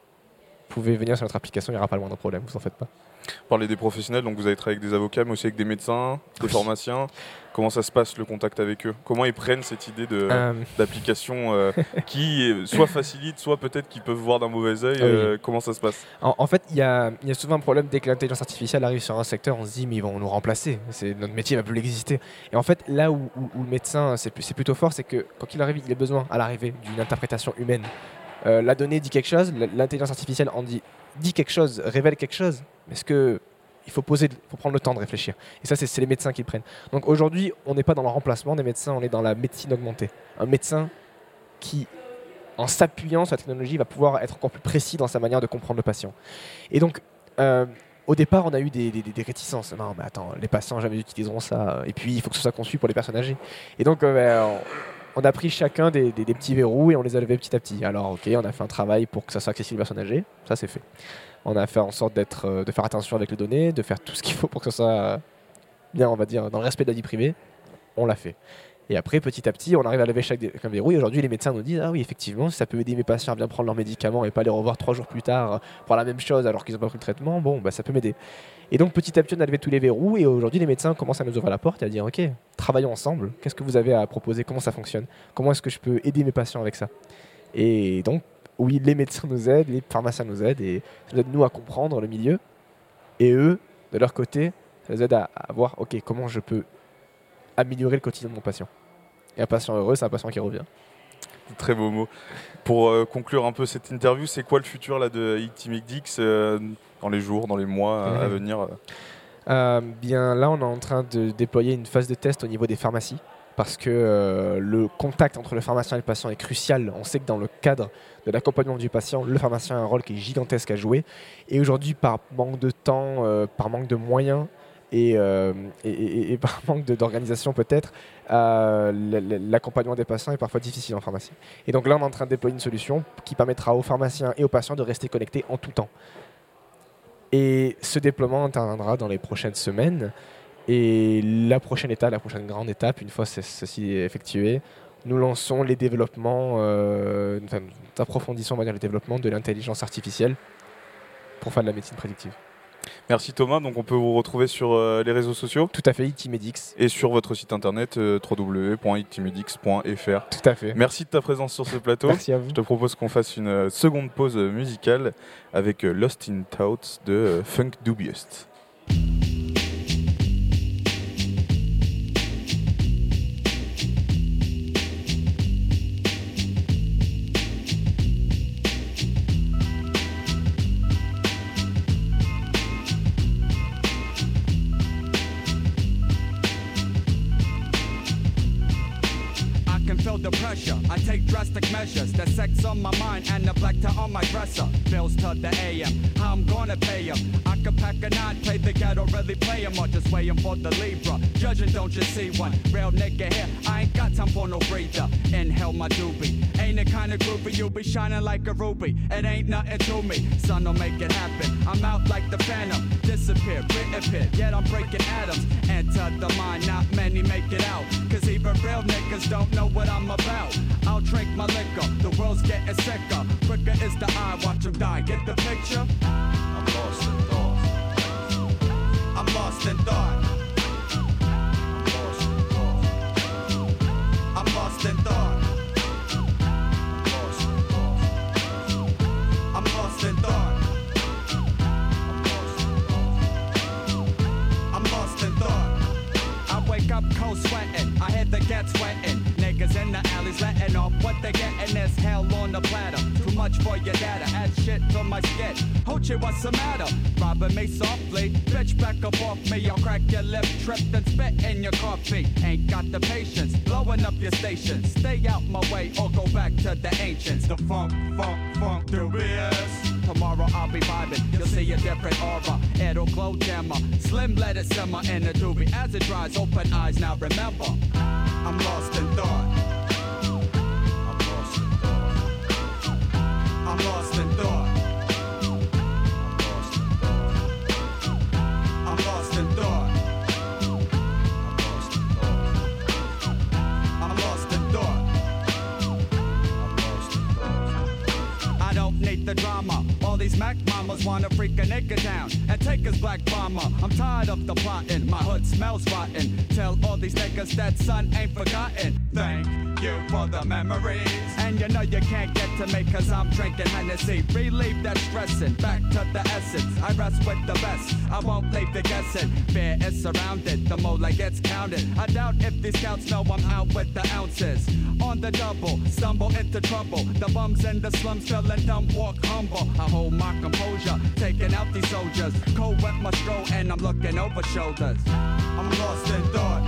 Speaker 3: vous pouvez venir sur notre application, il n'y aura pas le moindre problème, vous en faites pas.
Speaker 1: Parler des professionnels, donc vous avez travaillé avec des avocats, mais aussi avec des médecins, des oui. pharmaciens. Comment ça se passe le contact avec eux? Comment ils prennent cette idée de, euh... d'application euh, qui soit facilite, soit peut-être qu'ils peuvent voir d'un mauvais œil? euh, oui. Comment ça se passe?
Speaker 3: En, en fait, il y, y a souvent un problème dès que l'intelligence artificielle arrive sur un secteur, on se dit mais ils vont nous remplacer, c'est, notre métier ne va plus exister. Et en fait, là où, où, où le médecin c'est, c'est plutôt fort, c'est que quand il arrive, il a besoin à l'arrivée d'une interprétation humaine. Euh, la donnée dit quelque chose, l'intelligence artificielle en dit, dit quelque chose, révèle quelque chose. Est-ce que il faut poser, faut prendre le temps de réfléchir. Et ça, c'est, c'est les médecins qui le prennent. Donc aujourd'hui, on n'est pas dans le remplacement des médecins, on est dans la médecine augmentée. Un médecin qui, en s'appuyant sur la technologie, va pouvoir être encore plus précis dans sa manière de comprendre le patient. Et donc, euh, au départ, on a eu des, des, des réticences. Non, mais attends, les patients jamais utiliseront ça. Et puis, il faut que ce soit conçu pour les personnes âgées. Et donc, euh, on, on a pris chacun des, des, des petits verrous et on les a levés petit à petit. Alors, ok, on a fait un travail pour que ça soit accessible aux personnes âgées. Ça, c'est fait. On a fait en sorte d'être, de faire attention avec les données, de faire tout ce qu'il faut pour que ça soit bien, on va dire, dans le respect de la vie privée. On l'a fait. Et après, petit à petit, on arrive à lever chaque verrou. Et aujourd'hui, les médecins nous disent « Ah oui, effectivement, si ça peut aider mes patients à bien prendre leurs médicaments et pas les revoir trois jours plus tard pour la même chose alors qu'ils n'ont pas pris le traitement, bon, bah, ça peut m'aider. » Et donc, petit à petit, on a levé tous les verrous. Et aujourd'hui, les médecins commencent à nous ouvrir la porte et à dire « Ok, travaillons ensemble. Qu'est-ce que vous avez à proposer? Comment ça fonctionne? Comment est-ce que je peux aider mes patients avec ça ?» Et donc, oui, les médecins nous aident, les pharmaciens nous aident, et ça nous aide, nous, à comprendre le milieu. Et eux, de leur côté, ça nous aide à, à voir, OK, comment je peux améliorer le quotidien de mon patient. Et un patient heureux, c'est un patient qui revient.
Speaker 1: Très beau mot. Pour euh, conclure un peu cette interview, c'est quoi le futur là, de Ictimedix euh, dans les jours, dans les mois mmh. à venir
Speaker 3: euh, Bien, là, on est en train de déployer une phase de test au niveau des pharmacies. Parce que euh, le contact entre le pharmacien et le patient est crucial. On sait que dans le cadre de l'accompagnement du patient, le pharmacien a un rôle qui est gigantesque à jouer. Et aujourd'hui, par manque de temps, euh, par manque de moyens et, euh, et, et, et par manque de, d'organisation peut-être, euh, l'accompagnement des patients est parfois difficile en pharmacie. Et donc là, on est en train de déployer une solution qui permettra aux pharmaciens et aux patients de rester connectés en tout temps. Et ce déploiement interviendra dans les prochaines semaines. Et la prochaine étape, la prochaine grande étape, une fois ceci effectué, nous lançons les développements, euh, enfin, nous approfondissons on va dire, le développement de l'intelligence artificielle pour faire de la médecine prédictive.
Speaker 1: Merci Thomas, donc on peut vous retrouver sur euh, les réseaux sociaux?
Speaker 3: Tout à fait, Ictimedix.
Speaker 1: Et sur votre site internet euh, w w w point ictimedix point f r.
Speaker 3: Tout à fait.
Speaker 1: Merci de ta présence sur ce plateau.
Speaker 3: Merci à vous.
Speaker 1: Je te propose qu'on fasse une euh, seconde pause musicale avec euh, Lost in Thoughts de euh, Funk Dubious.
Speaker 4: The pressure, I take drastic measures. The sex on my mind and the black tie on my dresser. Bills to the A M, how I'm gonna pay him. I could pack a nine, play the ghetto, really play him, or just waiting for the Libra. Judging, don't you see one? Real nigga here, I ain't got time for no breather. Inhale my doobie, ain't it kinda groovy? You be shining like a ruby, it ain't nothing to me. Son, don't make it happen. I'm out like the phantom, disappear, reappear, yet I'm breaking atoms. Enter the mind, not many make it out. Cause even real niggas don't know what I'm about. I'll drink my liquor, the world's getting sicker. Quicker is the eye, watch them die, get the picture? I'm lost in thought. I'm lost in thought. I'm lost in thought. much for your data. Add shit to my skit. Hoochie, what's the matter? Robbing me softly. Bitch, back up off me. I'll crack your lip, trip, and spit in your coffee. Ain't got the patience. Blowing up your station. Stay out my way or go back to the ancients. The funk, funk, funk, dubious. Tomorrow I'll be vibing. You'll see a different aura. It'll glow dimmer. Slim, let it simmer in the doobie. As it dries, open eyes. Now remember, I'm lost in thought. I'm lost in thought. I'm lost in thought. I'm lost in thought. I don't need the drama. All these Mac mamas wanna freak a nigga down and take his black bomber. I'm tired of the plotting. My hood smells rotten. Tell all these niggas that son ain't forgotten. Thank you for the memories. And you know you can't get to me cause I'm drinking Hennessy. Relieve that stressing, back to the essence. I rest with the best, I won't leave you guessing. Fear is surrounded, the mola gets counted. I doubt if these scouts know I'm out with the ounces. On the double, stumble into trouble. The bums in the slums feeling dumb, walk humble. I hold my composure, taking out these soldiers. Cold wet my stroll and I'm looking over shoulders. I'm lost in thought.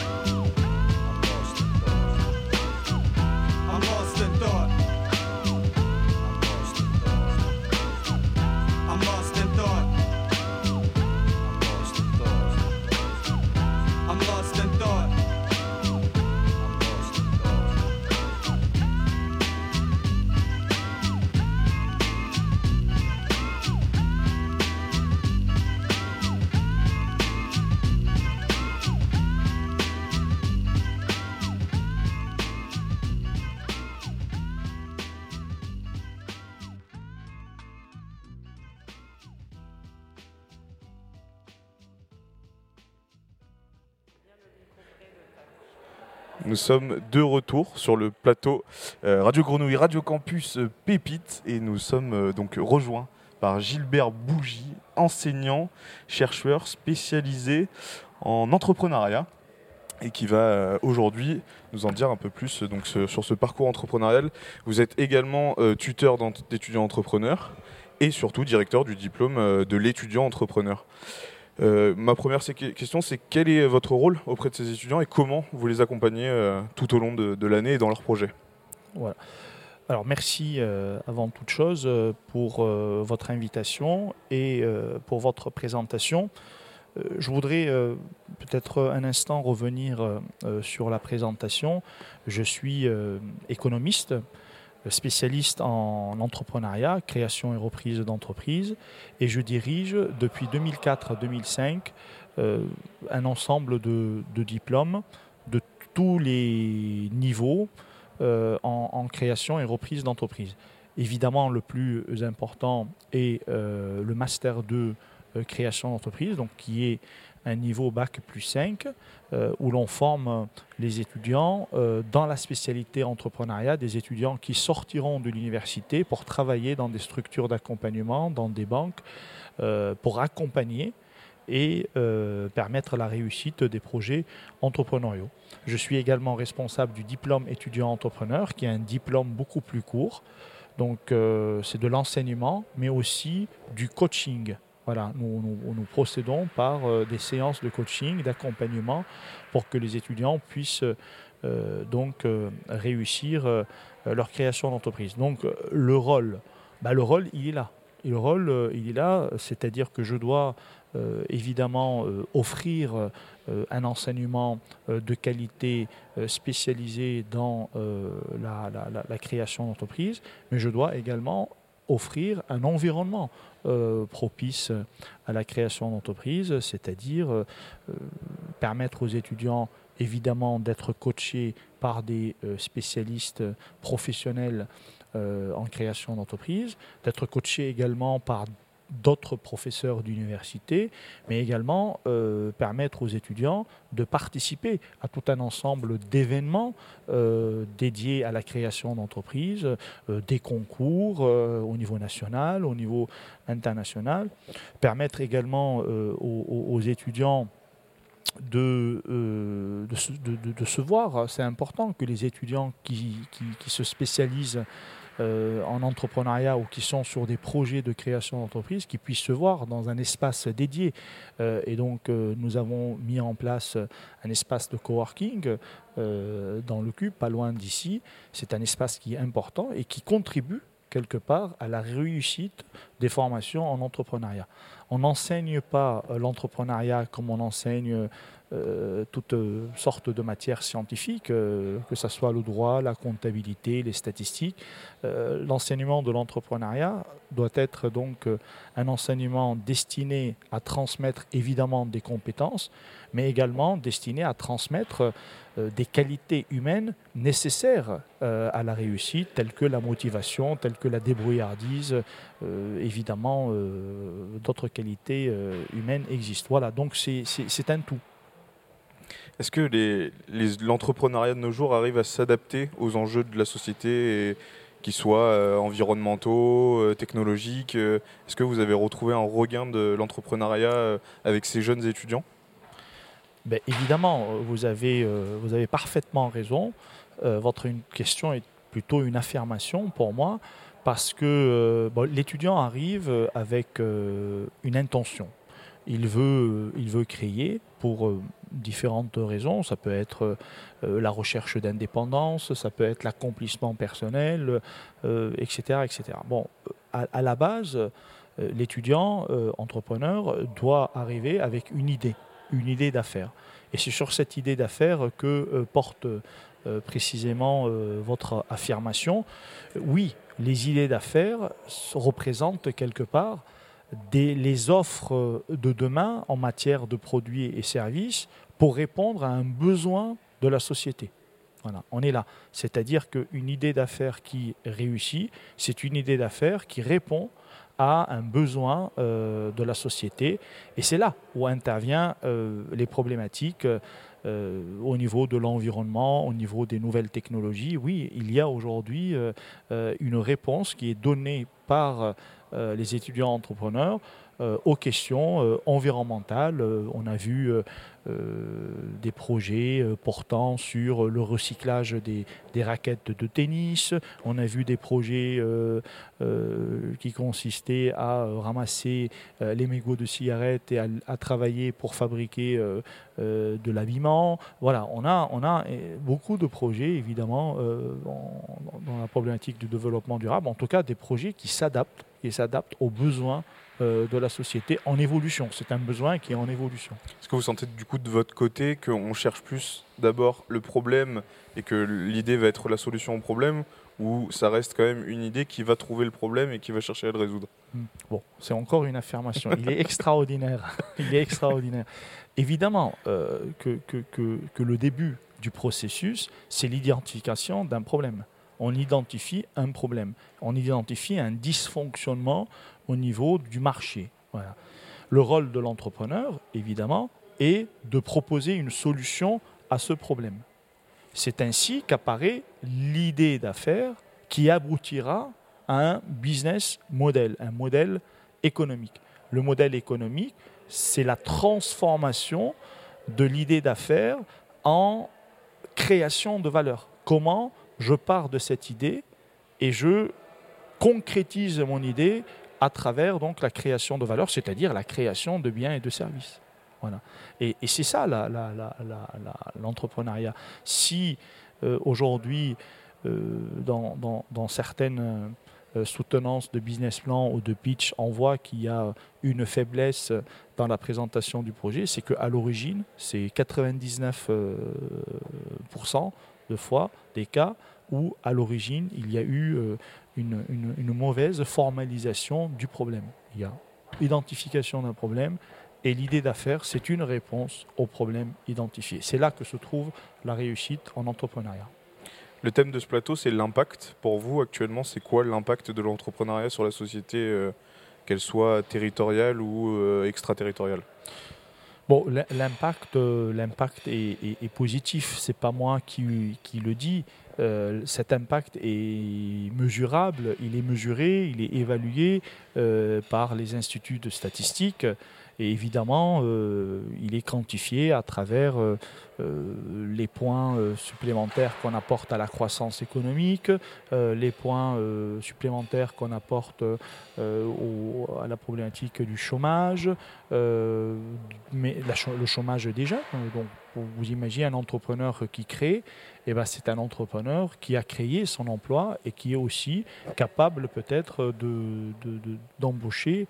Speaker 4: I'm lost in thought. I'm lost in thought. I'm lost in thought.
Speaker 1: Nous sommes de retour sur le plateau euh, Radio Grenouille, Radio Campus euh, Pépite et nous sommes euh, donc rejoints par Gilbert Bougie, enseignant, chercheur spécialisé en entrepreneuriat et qui va euh, aujourd'hui nous en dire un peu plus donc, ce, sur ce parcours entrepreneurial. Vous êtes également euh, tuteur d'étudiants entrepreneurs et surtout directeur du diplôme euh, de l'étudiant entrepreneur. Euh, ma première question, c'est quel est votre rôle auprès de ces étudiants et comment vous les accompagnez euh, tout au long de, de l'année et dans leurs projets?
Speaker 5: Voilà. Alors merci euh, avant toute chose euh, pour euh, votre invitation et euh, pour votre présentation. Euh, je voudrais euh, peut-être un instant revenir euh, sur la présentation. Je suis euh, économiste, spécialiste en entrepreneuriat, création et reprise d'entreprises, et je dirige depuis deux mille quatre à deux mille cinq euh, un ensemble de, de diplômes de tous les niveaux euh, en, en création et reprise d'entreprises. Évidemment, le plus important est euh, le Master deux euh, création d'entreprise, donc qui est un niveau bac plus cinq, euh, où l'on forme les étudiants euh, dans la spécialité entrepreneuriat, des étudiants qui sortiront de l'université pour travailler dans des structures d'accompagnement, dans des banques, euh, pour accompagner et euh, permettre la réussite des projets entrepreneuriaux. Je suis également responsable du diplôme étudiant entrepreneur, qui est un diplôme beaucoup plus court. Donc euh, c'est de l'enseignement, mais aussi du coaching. Voilà, nous, nous, nous procédons par euh, des séances de coaching, d'accompagnement pour que les étudiants puissent euh, donc euh, réussir euh, leur création d'entreprise. Donc euh, le rôle, bah, le rôle il est là. Et le rôle euh, il est là, c'est-à-dire que je dois euh, évidemment euh, offrir euh, un enseignement euh, de qualité euh, spécialisé dans euh, la, la, la, la création d'entreprise, mais je dois également offrir un environnement euh, propice à la création d'entreprise, c'est-à-dire euh, permettre aux étudiants évidemment d'être coachés par des euh, spécialistes professionnels euh, en création d'entreprise, d'être coachés également par d'autres professeurs d'université, mais également euh, permettre aux étudiants de participer à tout un ensemble d'événements euh, dédiés à la création d'entreprises, euh, des concours euh, au niveau national, au niveau international, permettre également euh, aux, aux étudiants De, euh, de, de, de, de se voir. C'est important que les étudiants qui, qui, qui se spécialisent euh, en entrepreneuriat ou qui sont sur des projets de création d'entreprise qui puissent se voir dans un espace dédié. Euh, et donc, euh, nous avons mis en place un espace de coworking euh, dans le Cube, pas loin d'ici. C'est un espace qui est important et qui contribue quelque part à la réussite des formations en entrepreneuriat. On n'enseigne pas euh, l'entrepreneuriat comme on enseigne euh, toutes euh, sortes de matières scientifiques, euh, que ce soit le droit, la comptabilité, les statistiques. Euh, l'enseignement de l'entrepreneuriat doit être donc euh, un enseignement destiné à transmettre évidemment des compétences, mais également destiné à transmettre euh, des qualités humaines nécessaires euh, à la réussite, telles que la motivation, telles que la débrouillardise. Euh, évidemment, euh, d'autres qualités euh, humaines existent. Voilà, donc c'est, c'est, c'est un tout.
Speaker 1: Est-ce que les, les, l'entrepreneuriat de nos jours arrive à s'adapter aux enjeux de la société, et, qu'ils soient euh, environnementaux, euh, technologiques euh, Est-ce que vous avez retrouvé un regain de l'entrepreneuriat euh, avec ces jeunes étudiants ?
Speaker 5: Ben, évidemment, vous avez, euh, vous avez parfaitement raison. Euh, votre une question est plutôt une affirmation pour moi, parce que euh, bon, l'étudiant arrive avec euh, une intention. Il veut, il veut créer pour euh, différentes raisons. Ça peut être euh, la recherche d'indépendance, ça peut être l'accomplissement personnel, euh, et cetera, et cetera. Bon, à, à la base, euh, l'étudiant euh, entrepreneur doit arriver avec une idée, une idée d'affaires. Et c'est sur cette idée d'affaires que euh, porte euh, précisément euh, votre affirmation. Oui, les idées d'affaires représentent quelque part des, les offres de demain en matière de produits et services pour répondre à un besoin de la société. Voilà, on est là. C'est-à-dire qu'une idée d'affaires qui réussit, c'est une idée d'affaires qui répond à un besoin euh, de la société. Et c'est là où interviennent euh, les problématiques euh, au niveau de l'environnement, au niveau des nouvelles technologies. Oui, il y a aujourd'hui euh, euh, une réponse qui est donnée par euh, les étudiants entrepreneurs euh, aux questions euh, environnementales. Euh, on a vu euh, euh, des projets euh, portant sur le recyclage des, des raquettes de tennis. On a vu des projets euh, euh, qui consistaient à euh, ramasser euh, les mégots de cigarettes et à, à travailler pour fabriquer euh, euh, de l'habillement. Voilà, on a, on a beaucoup de projets, évidemment, euh, en, dans la problématique du développement durable. En tout cas, des projets qui s'adaptent, qui s'adaptent aux besoins de la société en évolution. C'est un besoin qui est en évolution.
Speaker 1: Est-ce que vous sentez du coup de votre côté qu'on cherche plus d'abord le problème et que l'idée va être la solution au problème, ou ça reste quand même une idée qui va trouver le problème et qui va chercher à le résoudre ?
Speaker 5: Bon, c'est encore une affirmation. Il est extraordinaire. Il est extraordinaire. Évidemment euh, que, que, que, que le début du processus, c'est l'identification d'un problème. On identifie un problème. On identifie un dysfonctionnement au niveau du marché. Voilà. Le rôle de l'entrepreneur, évidemment, est de proposer une solution à ce problème. C'est ainsi qu'apparaît l'idée d'affaires qui aboutira à un business model, un modèle économique. Le modèle économique, c'est la transformation de l'idée d'affaires en création de valeur. Comment je pars de cette idée et je concrétise mon idée à travers donc la création de valeur, c'est-à-dire la création de biens et de services. Voilà. Et, et c'est ça la, la, la, la, la, l'entrepreneuriat. Si euh, aujourd'hui, euh, dans, dans, dans certaines euh, soutenances de business plan ou de pitch, on voit qu'il y a une faiblesse dans la présentation du projet, c'est qu'à l'origine, c'est quatre-vingt-dix-neuf pour cent de fois des cas où à l'origine, il y a eu euh, une, une, une mauvaise formalisation du problème. Il y a identification d'un problème et l'idée d'affaires, c'est une réponse au problème identifié. C'est là que se trouve la réussite en entrepreneuriat.
Speaker 1: Le thème de ce plateau, c'est l'impact. Pour vous, actuellement, c'est quoi l'impact de l'entrepreneuriat sur la société, euh, qu'elle soit territoriale ou euh, extraterritoriale ?
Speaker 5: Bon, l'impact, euh, l'impact est, est, est positif. C'est pas moi qui, qui le dis. Euh, cet impact est mesurable, il est mesuré, il est évalué euh, par les instituts de statistique et évidemment euh, il est quantifié à travers euh, euh, les points euh, supplémentaires qu'on apporte à la croissance économique, euh, les points euh, supplémentaires qu'on apporte euh, au, à la problématique du chômage, euh, mais la, le chômage des jeunes. Donc, vous imaginez un entrepreneur qui crée, eh ben, c'est un entrepreneur qui a créé son emploi et qui est aussi capable peut-être de, de, de, d'embaucher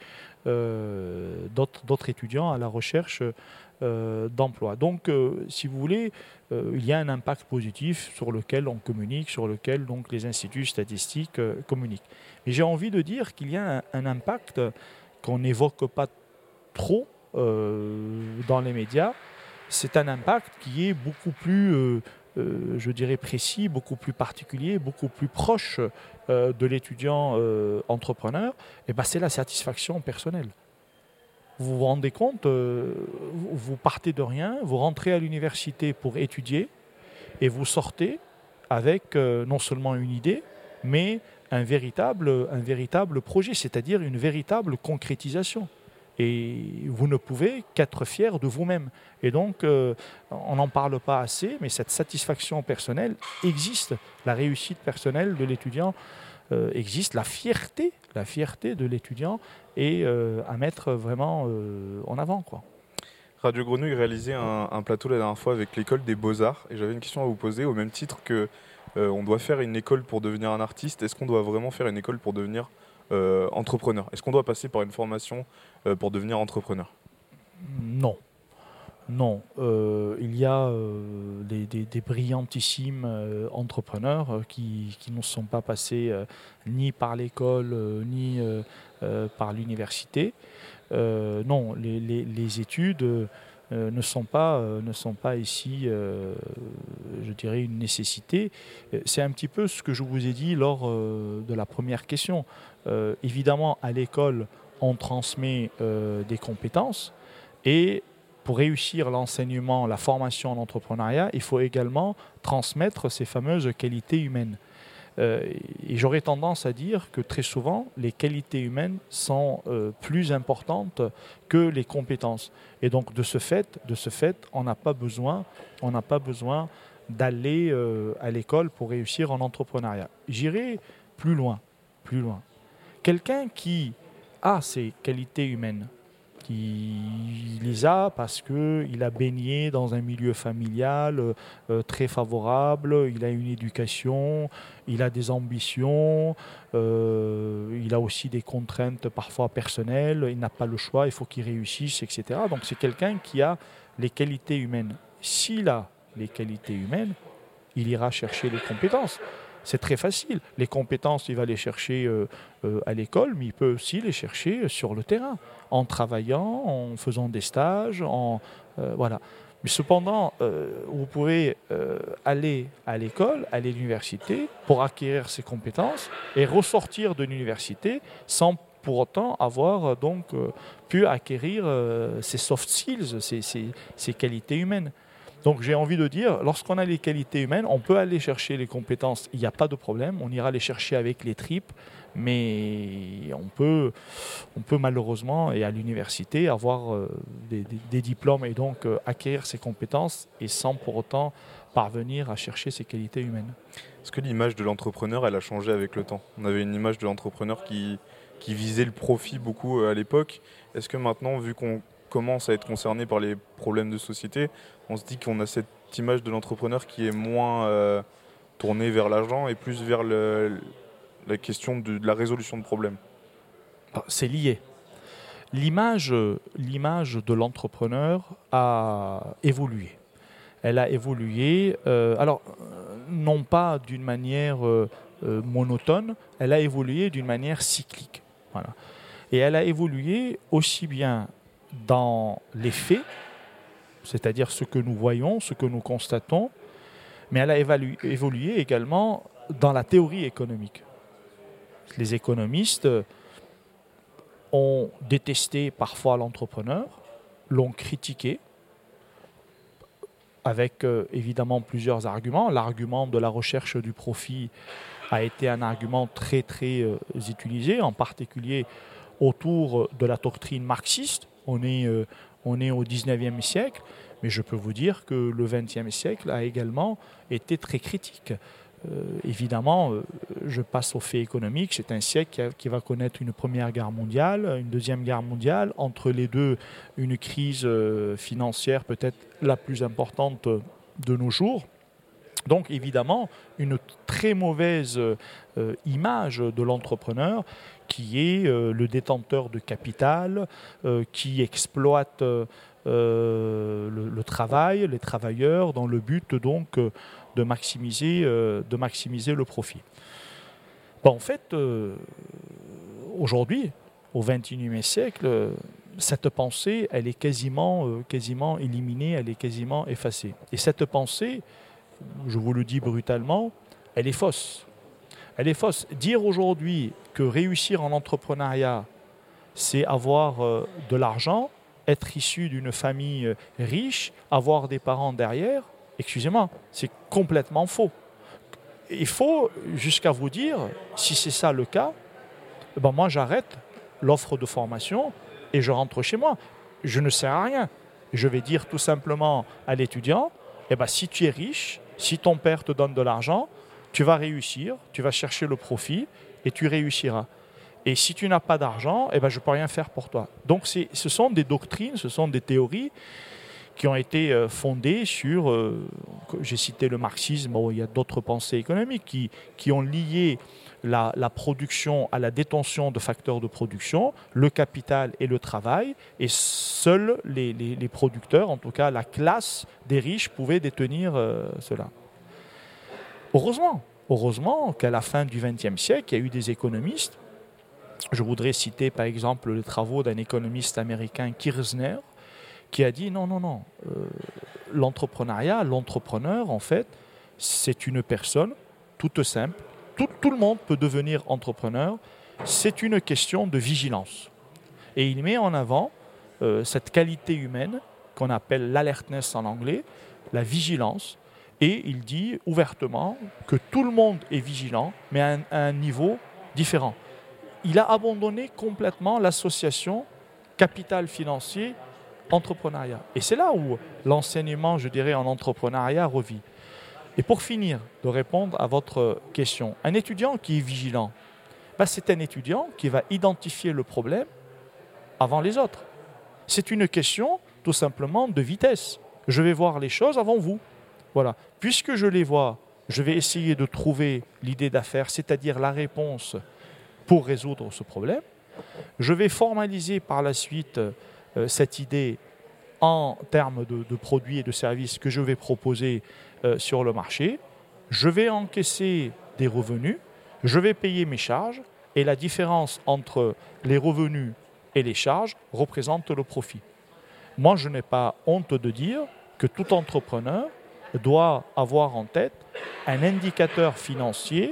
Speaker 5: euh, d'autres, d'autres étudiants à la recherche euh, d'emploi. Donc, euh, si vous voulez, euh, il y a un impact positif sur lequel on communique, sur lequel donc, les instituts statistiques euh, communiquent. Mais j'ai envie de dire qu'il y a un, un impact qu'on n'évoque pas trop euh, dans les médias. C'est un impact qui est beaucoup plus, euh, euh, je dirais, précis, beaucoup plus particulier, beaucoup plus proche euh, de l'étudiant euh, entrepreneur. Et ben, c'est la satisfaction personnelle. Vous vous rendez compte, euh, vous partez de rien, vous rentrez à l'université pour étudier et vous sortez avec euh, non seulement une idée, mais un véritable, un véritable projet, c'est-à-dire une véritable concrétisation. Et vous ne pouvez qu'être fier de vous-même. Et donc, euh, on n'en parle pas assez, mais cette satisfaction personnelle existe. La réussite personnelle de l'étudiant euh, existe. La fierté, la fierté de l'étudiant est euh, à mettre vraiment euh, en avant, quoi.
Speaker 1: Radio Grenouille réalisait un, un plateau la dernière fois avec l'école des Beaux-Arts. Et j'avais une question à vous poser, au même titre que euh, on doit faire une école pour devenir un artiste. Est-ce qu'on doit vraiment faire une école pour devenir Euh, entrepreneur? Est-ce qu'on doit passer par une formation euh, pour devenir entrepreneur?
Speaker 5: Non. Non. Euh, il y a euh, des, des, des brillantissimes euh, entrepreneurs euh, qui, qui ne sont pas passés euh, ni par l'école euh, ni euh, euh, par l'université. Euh, non, les, les, les études euh, ne sont pas, euh, ne sont pas ici, euh, je dirais, une nécessité. C'est un petit peu ce que je vous ai dit lors euh, de la première question. Euh, évidemment, à l'école, on transmet euh, des compétences et pour réussir l'enseignement, la formation en entrepreneuriat, il faut également transmettre ces fameuses qualités humaines. Euh, et j'aurais tendance à dire que très souvent, les qualités humaines sont euh, plus importantes que les compétences. Et donc, de ce fait, de ce fait on n'a pas besoin, on n'a pas besoin d'aller euh, à l'école pour réussir en entrepreneuriat. J'irai plus loin, plus loin. Quelqu'un qui a ces qualités humaines, qui les a parce qu'il a baigné dans un milieu familial euh, très favorable, il a une éducation, il a des ambitions, euh, il a aussi des contraintes parfois personnelles, il n'a pas le choix, il faut qu'il réussisse, et cetera. Donc c'est quelqu'un qui a les qualités humaines. S'il a les qualités humaines, il ira chercher les compétences. C'est très facile. Les compétences, il va les chercher euh, euh, à l'école, mais il peut aussi les chercher sur le terrain, en travaillant, en faisant des stages, en euh, voilà. Mais cependant, euh, vous pouvez euh, aller à l'école, aller à l'université pour acquérir ces compétences et ressortir de l'université sans pour autant avoir donc euh, pu acquérir euh, ces soft skills, ces, ces, ces qualités humaines. Donc j'ai envie de dire, lorsqu'on a les qualités humaines, on peut aller chercher les compétences, il n'y a pas de problème, on ira les chercher avec les tripes, mais on peut, on peut malheureusement, et à l'université, avoir euh, des, des, des diplômes et donc euh, acquérir ces compétences et sans pour autant parvenir à chercher ces qualités humaines.
Speaker 1: Est-ce que l'image de l'entrepreneur, elle a changé avec le temps? On avait une image de l'entrepreneur qui, qui visait le profit beaucoup à l'époque. Est-ce que maintenant, vu qu'on commence à être concerné par les problèmes de société, on se dit qu'on a cette image de l'entrepreneur qui est moins euh, tournée vers l'argent et plus vers le, la question de, de la résolution de problèmes?
Speaker 5: C'est lié. L'image, l'image de l'entrepreneur a évolué. Elle a évolué, euh, alors non pas d'une manière euh, euh, monotone, elle a évolué d'une manière cyclique. Voilà. Et elle a évolué aussi bien dans les faits, c'est-à-dire ce que nous voyons, ce que nous constatons, mais elle a évalu- évolué également dans la théorie économique. Les économistes ont détesté parfois l'entrepreneur, l'ont critiqué, avec euh, évidemment plusieurs arguments. L'argument de la recherche du profit a été un argument très très euh, utilisé, en particulier autour de la doctrine marxiste. On est, euh, on est au dix-neuvième siècle, Mais je peux vous dire que le vingtième siècle a également été très critique. Euh, évidemment, euh, je passe aux faits économiques. C'est un siècle qui, a, qui va connaître une première guerre mondiale, une deuxième guerre mondiale. Entre les deux, une crise euh, financière peut-être la plus importante de nos jours. Donc évidemment, une très mauvaise euh, image de l'entrepreneur qui est euh, le détenteur de capital, euh, qui exploite euh, le, le travail, les travailleurs, dans le but donc euh, de, maximiser, euh, de maximiser le profit. Bon, en fait, euh, aujourd'hui, au vingt et unième siècle, euh, cette pensée, elle est quasiment, euh, quasiment éliminée, elle est quasiment effacée. Et cette pensée, je vous le dis brutalement, elle est fausse. Elle est fausse. Dire aujourd'hui que réussir en entrepreneuriat, c'est avoir euh, de l'argent, être issu d'une famille euh, riche, avoir des parents derrière, excusez-moi, c'est complètement faux. Il faut jusqu'à vous dire, si c'est ça le cas, ben moi j'arrête l'offre de formation et je rentre chez moi. Je ne sers à rien. Je vais dire tout simplement à l'étudiant, eh ben, si tu es riche, si ton père te donne de l'argent, tu vas réussir, tu vas chercher le profit et tu réussiras. Et si tu n'as pas d'argent, eh ben, je ne peux rien faire pour toi. Donc c'est, ce sont des doctrines, ce sont des théories qui ont été euh, fondées sur, euh, j'ai cité le marxisme, bon, il y a d'autres pensées économiques qui, qui ont lié la, la production à la détention de facteurs de production, le capital et le travail, et seuls les, les, les producteurs, en tout cas la classe des riches, pouvaient détenir euh, cela. Heureusement, heureusement qu'à la fin du vingtième siècle, il y a eu des économistes. Je voudrais citer par exemple les travaux d'un économiste américain, Kirzner, qui a dit non, non, non, euh, l'entrepreneuriat, l'entrepreneur, en fait, c'est une personne toute simple. Tout, tout le monde peut devenir entrepreneur. C'est une question de vigilance. Et il met en avant euh, cette qualité humaine qu'on appelle l'alertness en anglais, la vigilance. Et il dit ouvertement que tout le monde est vigilant, mais à un, à un niveau différent. Il a abandonné complètement l'association capital financier entrepreneuriat. Et c'est là où l'enseignement, je dirais, en entrepreneuriat revit. Et pour finir de répondre à votre question, un étudiant qui est vigilant, ben c'est un étudiant qui va identifier le problème avant les autres. C'est une question tout simplement de vitesse. Je vais voir les choses avant vous. Voilà. Puisque je les vois, je vais essayer de trouver l'idée d'affaire, c'est-à-dire la réponse pour résoudre ce problème. Je vais formaliser par la suite euh, cette idée en termes de, de produits et de services que je vais proposer euh, sur le marché. Je vais encaisser des revenus, je vais payer mes charges et la différence entre les revenus et les charges représente le profit. Moi, je n'ai pas honte de dire que tout entrepreneur doit avoir en tête un indicateur financier.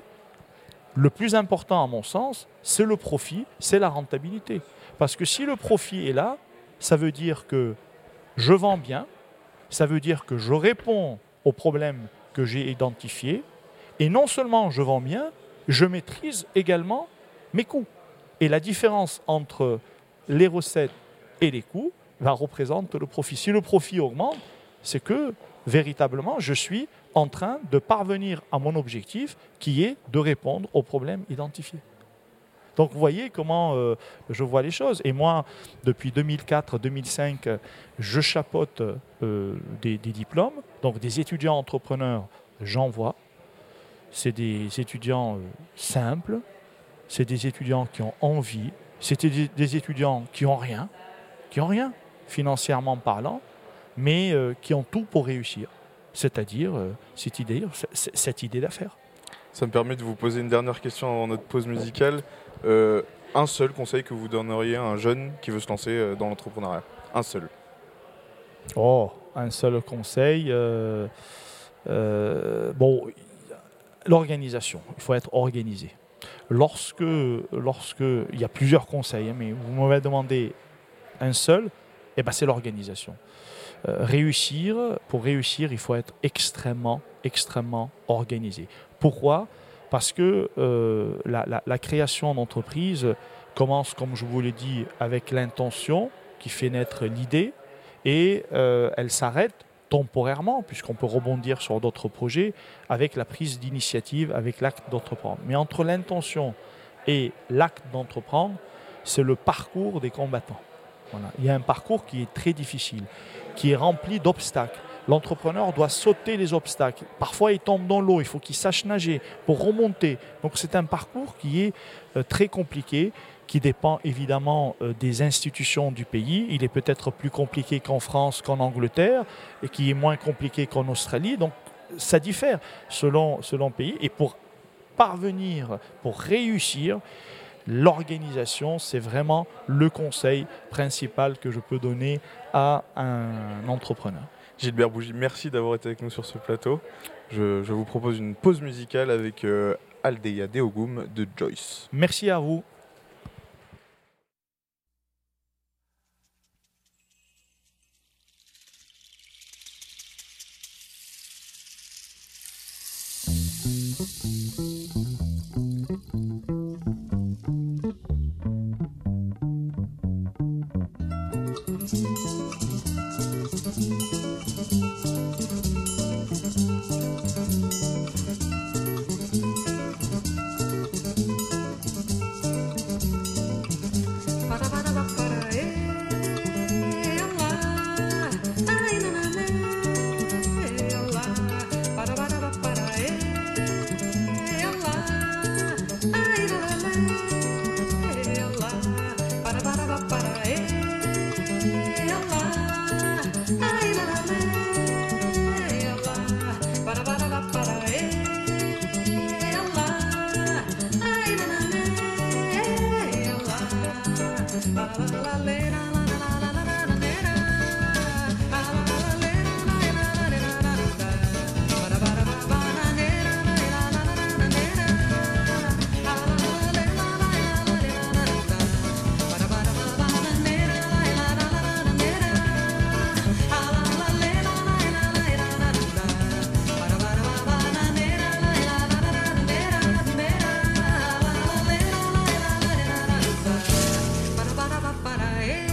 Speaker 5: Le plus important, à mon sens, c'est le profit, c'est la rentabilité. Parce que si le profit est là, ça veut dire que je vends bien, ça veut dire que je réponds aux problèmes que j'ai identifiés, et non seulement je vends bien, je maîtrise également mes coûts. Et la différence entre les recettes et les coûts va représenter le profit. Si le profit augmente, c'est que véritablement, je suis en train de parvenir à mon objectif qui est de répondre aux problèmes identifiés. Donc vous voyez comment euh, je vois les choses. Et moi, depuis deux mille quatre deux mille cinq, je chapeaute euh, des, des diplômes. Donc des étudiants entrepreneurs, j'en vois. C'est des étudiants euh, simples, c'est des étudiants qui ont envie, c'est des, des étudiants qui n'ont rien, qui n'ont rien financièrement parlant, mais euh, qui ont tout pour réussir. C'est-à-dire euh, cette idée, cette idée d'affaires.
Speaker 1: Ça me permet de vous poser une dernière question avant notre pause musicale. Euh, un seul conseil que vous donneriez à un jeune qui veut se lancer dans l'entrepreneuriat. Un seul.
Speaker 5: Oh, un seul conseil. Euh, euh, bon, l'organisation. Il faut être organisé. Lorsque, lorsque, il y a plusieurs conseils, hein, mais vous m'avez demandé un seul, eh ben c'est l'organisation. Euh, réussir, pour réussir, il faut être extrêmement, extrêmement organisé. Pourquoi ? Parce que euh, la, la, la création d'entreprise commence, comme je vous l'ai dit, avec l'intention qui fait naître l'idée. et euh, elle s'arrête temporairement, puisqu'on peut rebondir sur d'autres projets, avec la prise d'initiative, avec l'acte d'entreprendre. Mais entre l'intention et l'acte d'entreprendre, c'est le parcours des combattants. Voilà. Il y a un parcours qui est très difficile, qui est rempli d'obstacles. L'entrepreneur doit sauter les obstacles. Parfois, il tombe dans l'eau, il faut qu'il sache nager pour remonter. Donc, c'est un parcours qui est euh, très compliqué, qui dépend évidemment euh, des institutions du pays. Il est peut-être plus compliqué qu'en France, qu'en Angleterre, et qui est moins compliqué qu'en Australie. Donc, ça diffère selon, selon le pays. Et pour parvenir, pour réussir, l'organisation, c'est vraiment le conseil principal que je peux donner à un entrepreneur.
Speaker 1: Gilbert Bougie, merci d'avoir été avec nous sur ce plateau. Je, je vous propose une pause musicale avec euh, Aldeia Deogum de Joyce.
Speaker 5: Merci à vous.
Speaker 6: Para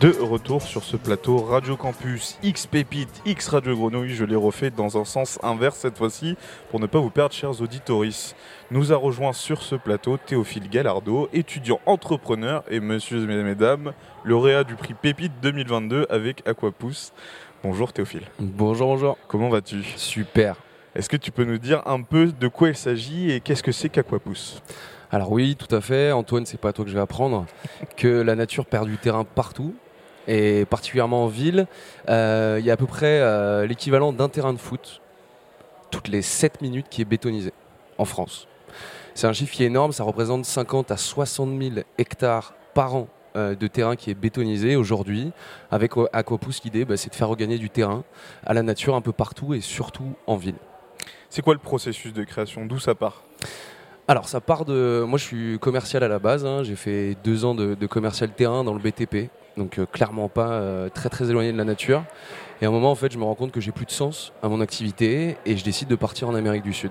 Speaker 1: De retour sur ce plateau Radio Campus X Pépite, X Radio Grenouille, je l'ai refait dans un sens inverse cette fois-ci pour ne pas vous perdre, chers auditoris. Nous a rejoint sur ce plateau Théophile Gallardo, étudiant entrepreneur et monsieur et mesdames, lauréat du prix Pépite deux mille vingt-deux avec Aquapousse. Bonjour Théophile.
Speaker 6: Bonjour, bonjour.
Speaker 1: Comment vas-tu ?
Speaker 6: Super.
Speaker 1: Est-ce que tu peux nous dire un peu de quoi il s'agit et qu'est-ce que c'est qu'Aquapousse ?
Speaker 6: Alors oui, tout à fait. Antoine, c'est pas à toi que je vais apprendre que la nature perd du terrain partout. Et particulièrement en ville, euh, il y a à peu près euh, l'équivalent d'un terrain de foot toutes les sept minutes qui est bétonisé en France. C'est un chiffre qui est énorme, ça représente cinquante à soixante mille hectares par an euh, de terrain qui est bétonisé aujourd'hui. Avec Aquapousse, l'idée, bah, c'est de faire regagner du terrain à la nature un peu partout et surtout en ville.
Speaker 1: C'est quoi le processus de création ? D'où ça part ?
Speaker 6: Alors ça part de... Moi je suis commercial à la base, hein. J'ai fait deux ans de, de commercial terrain dans le B T P. Donc euh, clairement pas euh, très très éloigné de la nature. Et à un moment en fait je me rends compte que j'ai plus de sens à mon activité et je décide de partir en Amérique du Sud.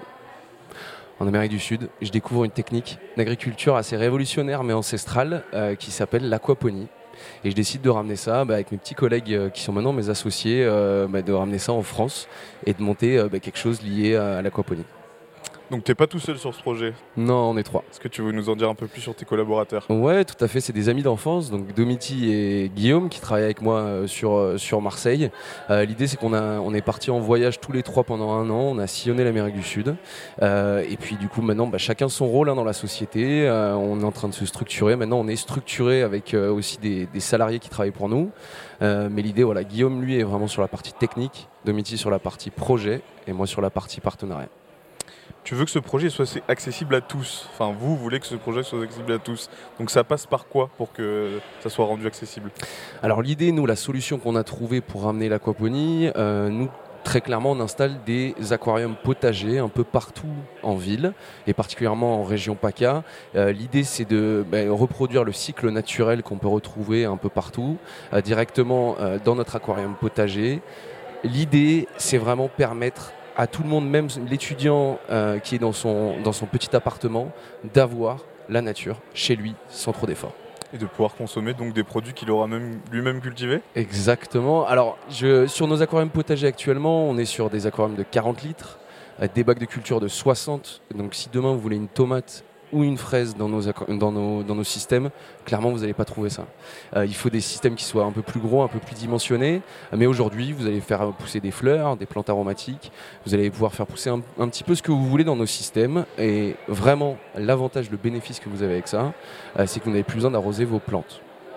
Speaker 6: En Amérique du Sud, je découvre une technique d'agriculture assez révolutionnaire mais ancestrale euh, qui s'appelle l'aquaponie. Et je décide de ramener ça bah, avec mes petits collègues euh, qui sont maintenant mes associés, euh, bah, de ramener ça en France et de monter euh, bah, quelque chose lié à, à l'aquaponie.
Speaker 1: Donc t'es pas tout seul sur ce projet ?
Speaker 6: Non, on est trois.
Speaker 1: Est-ce que tu veux nous en dire un peu plus sur tes collaborateurs ?
Speaker 6: Ouais, tout à fait, c'est des amis d'enfance, donc Domiti et Guillaume qui travaillent avec moi euh, sur, euh, sur Marseille. Euh, l'idée c'est qu'on a, on est partis en voyage tous les trois pendant un an, on a sillonné l'Amérique du Sud. Euh, et puis du coup maintenant, bah, chacun son rôle hein, dans la société, euh, on est en train de se structurer. Maintenant on est structuré avec euh, aussi des, des salariés qui travaillent pour nous. Euh, mais l'idée, voilà, Guillaume lui est vraiment sur la partie technique, Domiti sur la partie projet et moi sur la partie partenariat.
Speaker 1: Tu veux que ce projet soit accessible à tous. Enfin, vous voulez que ce projet soit accessible à tous. Donc ça passe par quoi pour que ça soit rendu accessible ?
Speaker 6: Alors l'idée, nous, la solution qu'on a trouvée pour ramener l'aquaponie, euh, nous, très clairement, on installe des aquariums potagers un peu partout en ville, et particulièrement en région PACA. Euh, l'idée, c'est de ben, reproduire le cycle naturel qu'on peut retrouver un peu partout, euh, directement euh, dans notre aquarium potager. L'idée, c'est vraiment permettre à tout le monde, même l'étudiant euh, qui est dans son, dans son petit appartement, d'avoir la nature chez lui sans trop d'efforts.
Speaker 1: Et de pouvoir consommer donc des produits qu'il aura même, lui-même cultivés ?
Speaker 6: Exactement. Alors, je, sur nos aquariums potagers actuellement, on est sur des aquariums de quarante litres, euh, des bacs de culture de soixante. Donc, si demain vous voulez une tomate ou une fraise dans nos, dans nos, dans nos systèmes, clairement vous n'allez pas trouver ça. Euh, il faut des systèmes qui soient un peu plus gros, un peu plus dimensionnés, mais aujourd'hui vous allez faire pousser des fleurs, des plantes aromatiques, vous allez pouvoir faire pousser un, un petit peu ce que vous voulez dans nos systèmes, et vraiment l'avantage, le bénéfice que vous avez avec ça, euh, c'est que vous n'avez plus besoin d'arroser vos plantes.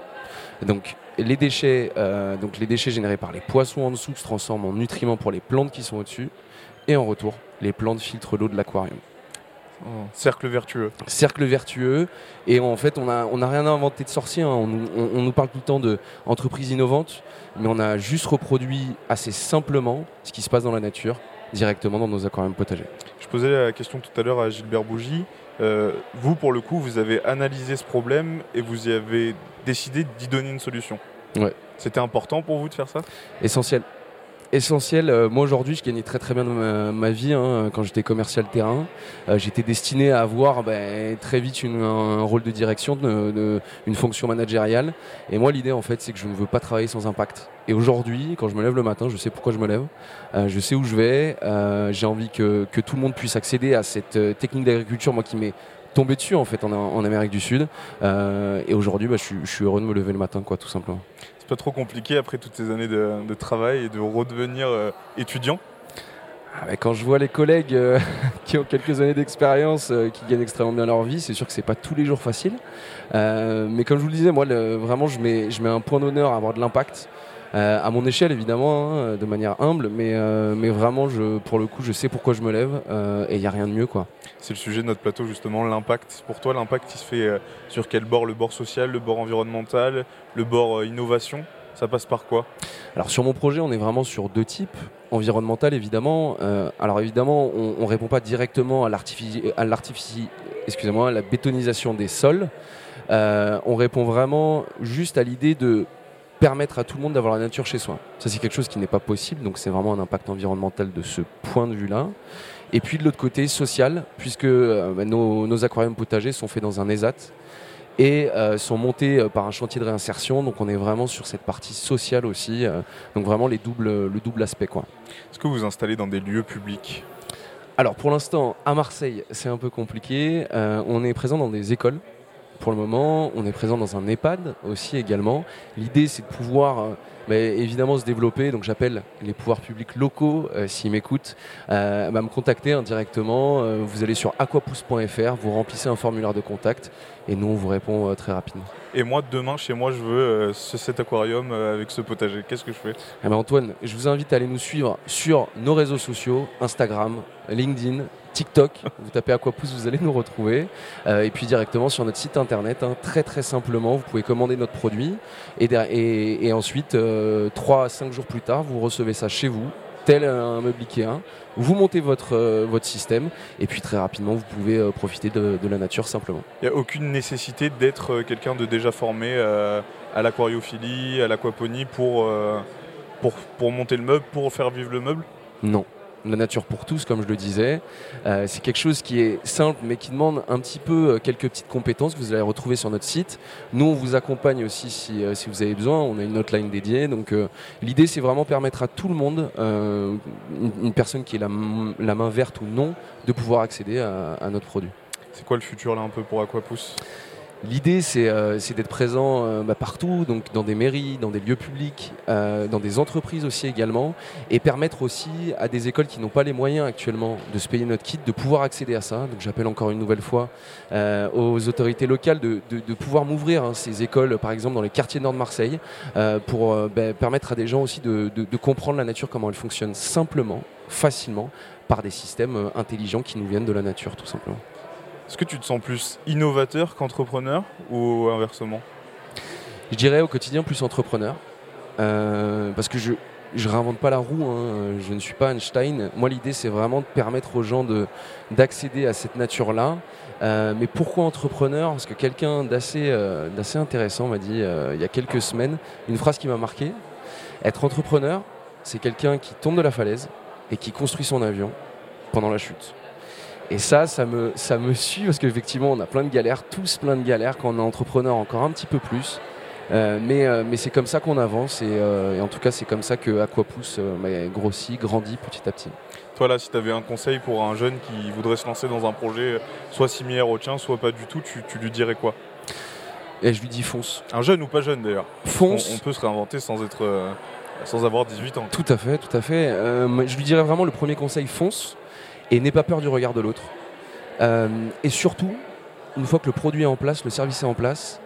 Speaker 6: Donc les déchets, euh, donc les déchets générés par les poissons en dessous se transforment en nutriments pour les plantes qui sont au-dessus, et en retour, les plantes filtrent l'eau de l'aquarium.
Speaker 1: Oh, cercle vertueux.
Speaker 6: Cercle vertueux. Et en fait, on n'a on a rien inventé de sorcier. Hein. On, on, on nous parle tout le temps d'entreprises innovantes, mais on a juste reproduit assez simplement ce qui se passe dans la nature, directement dans nos aquariums potagers.
Speaker 1: Je posais la question tout à l'heure à Gilbert Bougie. Euh, vous, pour le coup, vous avez analysé ce problème et vous y avez décidé d'y donner une solution.
Speaker 6: Ouais.
Speaker 1: C'était important pour vous de faire ça ?
Speaker 6: Essentiel. Essentiel. Euh, moi aujourd'hui, je gagnais très très bien ma, ma vie hein, quand j'étais commercial terrain. Euh, j'étais destiné à avoir bah, très vite une, un rôle de direction, de, de, une fonction managériale. Et moi, l'idée en fait, c'est que je ne veux pas travailler sans impact. Et aujourd'hui, quand je me lève le matin, je sais pourquoi je me lève, euh, je sais où je vais. Euh, j'ai envie que, que tout le monde puisse accéder à cette euh, technique d'agriculture, moi qui m'est tombé dessus en fait en, en Amérique du Sud. Euh, et aujourd'hui, bah, je, suis, je suis heureux de me lever le matin, quoi, tout simplement.
Speaker 1: C'est pas trop compliqué après toutes ces années de, de travail et de redevenir euh, étudiant ?
Speaker 6: Ah bah quand je vois les collègues euh, qui ont quelques années d'expérience, euh, qui gagnent extrêmement bien leur vie, c'est sûr que c'est pas tous les jours facile. Euh, mais comme je vous le disais, moi le, vraiment je mets, je mets un point d'honneur à avoir de l'impact. Euh, à mon échelle évidemment, hein, de manière humble, mais, euh, mais vraiment je, pour le coup je sais pourquoi je me lève euh, et il n'y a rien de mieux, quoi.
Speaker 1: C'est le sujet de notre plateau justement, l'impact. Pour toi, l'impact il se fait euh, sur quel bord ? Le bord social, le bord environnemental, le bord euh, innovation ? Ça passe par quoi ?
Speaker 6: Alors sur mon projet, on est vraiment sur deux types. Environnemental évidemment. Euh, alors évidemment, on ne répond pas directement à l'artifici, à l'artifici, excusez-moi, à la bétonisation des sols. Euh, on répond vraiment juste à l'idée de permettre à tout le monde d'avoir la nature chez soi. Ça, c'est quelque chose qui n'est pas possible, donc c'est vraiment un impact environnemental de ce point de vue-là. Et puis de l'autre côté, social, puisque euh, nos, nos aquariums potagers sont faits dans un ESAT. et euh, sont montés euh, par un chantier de réinsertion. Donc on est vraiment sur cette partie sociale aussi. Euh, donc vraiment les doubles, le double aspect, quoi.
Speaker 1: Est-ce que vous vous installez dans des lieux publics ?
Speaker 6: Alors pour l'instant, à Marseille, c'est un peu compliqué. Euh, on est présent dans des écoles. Pour le moment, on est présent dans un EHPAD aussi également. L'idée, c'est de pouvoir euh, bah, évidemment se développer. Donc j'appelle les pouvoirs publics locaux, euh, s'ils m'écoutent, euh, bah, me contacter indirectement. Euh, vous allez sur aquapousse point f r, vous remplissez un formulaire de contact et nous, on vous répond euh, très rapidement.
Speaker 1: Et moi, demain, chez moi, je veux euh, ce, cet aquarium euh, avec ce potager. Qu'est-ce que je fais ?
Speaker 6: Eh ben Antoine, je vous invite à aller nous suivre sur nos réseaux sociaux, Instagram, LinkedIn, TikTok. Vous tapez Aquapousse, vous allez nous retrouver. Euh, et puis directement sur notre site internet, hein, très très simplement, vous pouvez commander notre produit. Et, et, et ensuite, euh, trois à cinq jours plus tard, vous recevez ça chez vous, tel un meuble Ikea. Vous montez votre, euh, votre système et puis très rapidement, vous pouvez euh, profiter de, de la nature simplement.
Speaker 1: Il n'y a aucune nécessité d'être euh, quelqu'un de déjà formé euh, à l'aquariophilie, à l'aquaponie pour, euh, pour, pour monter le meuble, pour faire vivre le meuble ?
Speaker 6: Non. La nature pour tous, comme je le disais, euh, c'est quelque chose qui est simple mais qui demande un petit peu euh, quelques petites compétences que vous allez retrouver sur notre site. Nous, on vous accompagne aussi si, euh, si vous avez besoin. On a une hotline dédiée. Donc, euh, l'idée, c'est vraiment permettre à tout le monde, euh, une, une personne qui est la, m- la main verte ou non, de pouvoir accéder à, à notre produit.
Speaker 1: C'est quoi le futur là un peu pour Aquapousse ?
Speaker 6: L'idée, c'est, euh, c'est d'être présent euh, bah, partout, donc dans des mairies, dans des lieux publics, euh, dans des entreprises aussi également, et permettre aussi à des écoles qui n'ont pas les moyens actuellement de se payer notre kit, de pouvoir accéder à ça. Donc j'appelle encore une nouvelle fois euh, aux autorités locales de, de, de pouvoir m'ouvrir hein, ces écoles, par exemple dans les quartiers nord de Marseille, euh, pour euh, bah, permettre à des gens aussi de, de, de comprendre la nature, comment elle fonctionne simplement, facilement, par des systèmes euh, intelligents qui nous viennent de la nature, tout simplement.
Speaker 1: Est-ce que tu te sens plus innovateur qu'entrepreneur ou inversement ?
Speaker 6: Je dirais au quotidien plus entrepreneur, euh, parce que je je réinvente pas la roue, hein, je ne suis pas Einstein. Moi, l'idée, c'est vraiment de permettre aux gens de, d'accéder à cette nature-là. Euh, mais pourquoi entrepreneur ? Parce que quelqu'un d'assez, euh, d'assez intéressant m'a dit euh, il y a quelques semaines une phrase qui m'a marqué. Être entrepreneur, c'est quelqu'un qui tombe de la falaise et qui construit son avion pendant la chute. Et ça, ça me, ça me suit parce qu'effectivement, on a plein de galères, tous plein de galères. Quand on est entrepreneur, encore un petit peu plus. Euh, mais, euh, mais c'est comme ça qu'on avance et, euh, et en tout cas, c'est comme ça que Aquapousse euh, bah, grossit, grandit petit à petit.
Speaker 1: Toi, là, si tu avais un conseil pour un jeune qui voudrait se lancer dans un projet soit similaire au tien, soit pas du tout, tu, tu lui dirais quoi ?
Speaker 6: Et je lui dis fonce.
Speaker 1: Un jeune ou pas jeune d'ailleurs ?
Speaker 6: Fonce.
Speaker 1: On, on peut se réinventer sans, être, euh, sans avoir dix-huit ans.
Speaker 6: Tout à fait, tout à fait. Euh, je lui dirais vraiment le premier conseil, fonce. Et n'aie pas peur du regard de l'autre. Euh, et surtout, une fois que le produit est en place, le service est en place,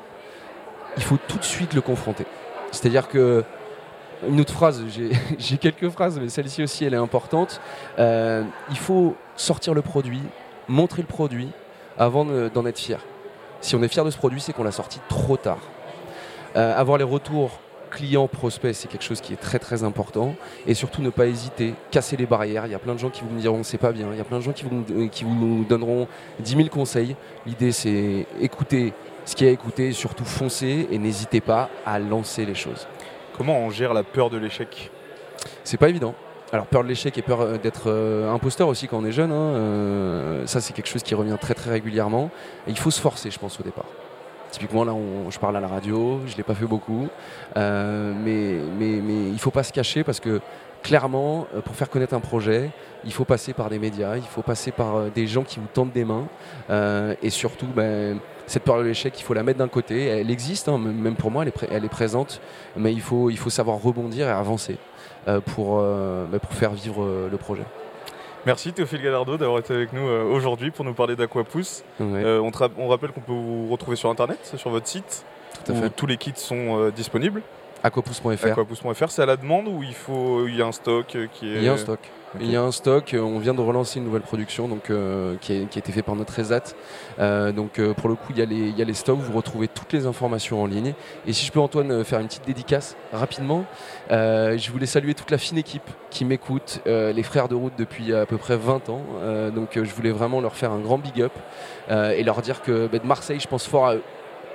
Speaker 6: il faut tout de suite le confronter. C'est-à-dire que, une autre phrase, j'ai, j'ai quelques phrases, mais celle-ci aussi, elle est importante. Euh, il faut sortir le produit, montrer le produit, avant de, d'en être fier. Si on est fier de ce produit, c'est qu'on l'a sorti trop tard. Euh, avoir les retours clients, prospects, c'est quelque chose qui est très très important. Et surtout ne pas hésiter, casser les barrières. Il y a plein de gens qui vous me diront c'est pas bien. Il y a plein de gens qui vous, qui vous donneront dix mille conseils. L'idée c'est écouter ce qu'il y a à écouter, surtout foncer et n'hésitez pas à lancer les choses.
Speaker 1: Comment on gère la peur de l'échec ?
Speaker 6: C'est pas évident. Alors peur de l'échec et peur d'être euh, imposteur aussi quand on est jeune, hein, euh, ça c'est quelque chose qui revient très très régulièrement. Et il faut se forcer je pense au départ. Typiquement, là, on, je parle à la radio, je ne l'ai pas fait beaucoup, euh, mais, mais, mais il ne faut pas se cacher parce que clairement, pour faire connaître un projet, il faut passer par des médias, il faut passer par des gens qui vous tendent des mains euh, et surtout, ben, cette peur de l'échec, il faut la mettre d'un côté. Elle existe, hein, même pour moi, elle est, pré- elle est présente, mais il faut, il faut savoir rebondir et avancer euh, pour, euh, ben, pour faire vivre euh, le projet.
Speaker 1: Merci Théophile Gallardo d'avoir été avec nous euh, aujourd'hui pour nous parler d'Aquapousse.
Speaker 6: Ouais.
Speaker 1: Euh, on, tra- on rappelle qu'on peut vous retrouver sur internet, sur votre site,
Speaker 6: Tout à
Speaker 1: où
Speaker 6: fait.
Speaker 1: tous les kits sont euh, disponibles.
Speaker 6: aquapousse point f r.
Speaker 1: aquapousse point f r, c'est à la demande ou il faut, il y a un stock euh, qui est...
Speaker 6: Il y a un stock.
Speaker 1: Ok.
Speaker 6: Il y a un stock. euh, On vient de relancer une nouvelle production donc, euh, qui, est- qui a été faite par notre E S A T. Euh, donc euh, pour le coup, il y, a les, il y a les stocks. Vous retrouvez toutes les informations en ligne. Et si je peux, Antoine, euh, faire une petite dédicace rapidement, euh, je voulais saluer toute la fine équipe qui m'écoute, euh, les frères de route depuis à peu près vingt ans. Euh, donc euh, je voulais vraiment leur faire un grand big up euh, et leur dire que bah, de Marseille, je pense fort à eux.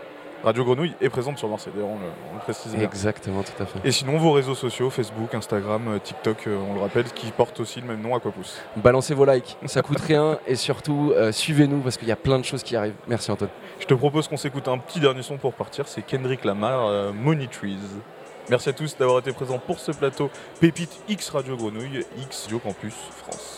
Speaker 1: Radio Grenouille est présente sur Marseille, d'ailleurs on le, on le précise bien.
Speaker 6: Exactement, tout à fait.
Speaker 1: Et sinon vos réseaux sociaux, Facebook, Instagram, TikTok, euh, on le rappelle, qui portent aussi le même nom, Aquapousse.
Speaker 6: Balancez vos likes, ça coûte rien et surtout euh, suivez-nous parce qu'il y a plein de choses qui arrivent. Merci Antoine.
Speaker 1: Je te propose qu'on s'écoute un petit dernier son pour partir, c'est Kendrick Lamar, euh, Money Trees. Merci à tous d'avoir été présents pour ce plateau Pépite X Radio Grenouille, X Radio Campus France.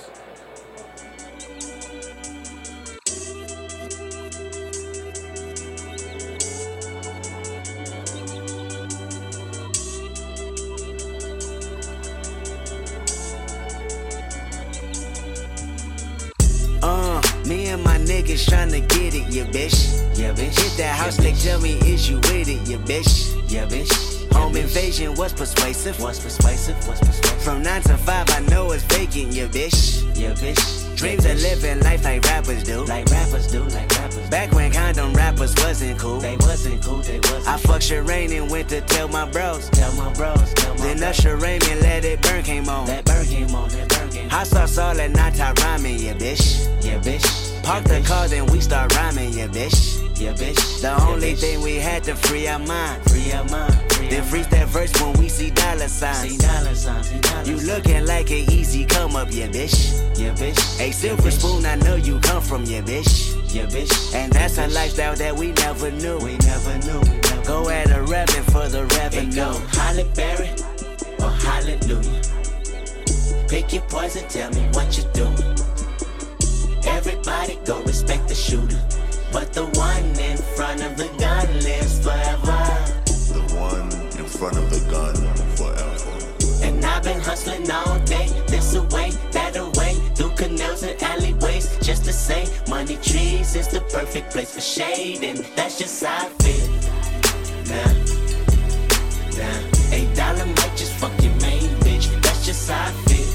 Speaker 7: Me and my niggas tryna get it, yeah, bitch. Yeah, bitch. Hit that house, yeah, they tell me, is you with it, yeah, bitch. Yeah, bitch. Home invasion was persuasive. Was persuasive. Was persuasive. From nine to five, I know it's vacant, yeah, bitch. Yeah, bitch. Dreams of living life like rappers do. Like rappers do, like rappers do. Back when condom rappers wasn't cool. They wasn't cool, they wasn't. I fucked Shireen and went to tell my bros. Tell my bros, tell my Then Usher Raymond Let It Burn came on. That burn came on, that burn came on. Hot sauce all that night, I rhyming, yeah, bitch. Yeah, bitch. Park yeah, the bitch. Car, then we start rhyming, yeah, bitch. Yeah, bitch. The yeah, only bitch. Thing we had to free our mind. Free our mind. Free then freeze that verse when we see dollar signs. See dollar signs. See dollar you looking like an easy come up, yeah, bitch. Yeah, bitch. A silver yeah, spoon, I know you come from, yeah, bitch. Yeah, bitch. And that's yeah, a lifestyle that we never knew. We never knew. We never go at a revenue for the revenue. Go Halle Berry or Hallelujah. Pick your poison, tell me what you're doing. Everybody go respect the shooter, but the one in front of the gun lives forever.
Speaker 8: The one in front of the gun forever.
Speaker 7: And I've been hustling all day, this away, that away, through canals and alleyways, just to say, Money Trees is the perfect place for shade, and that's just how I feel. Nah, nah, eight dollar might just fuck your main bitch, that's just how I feel.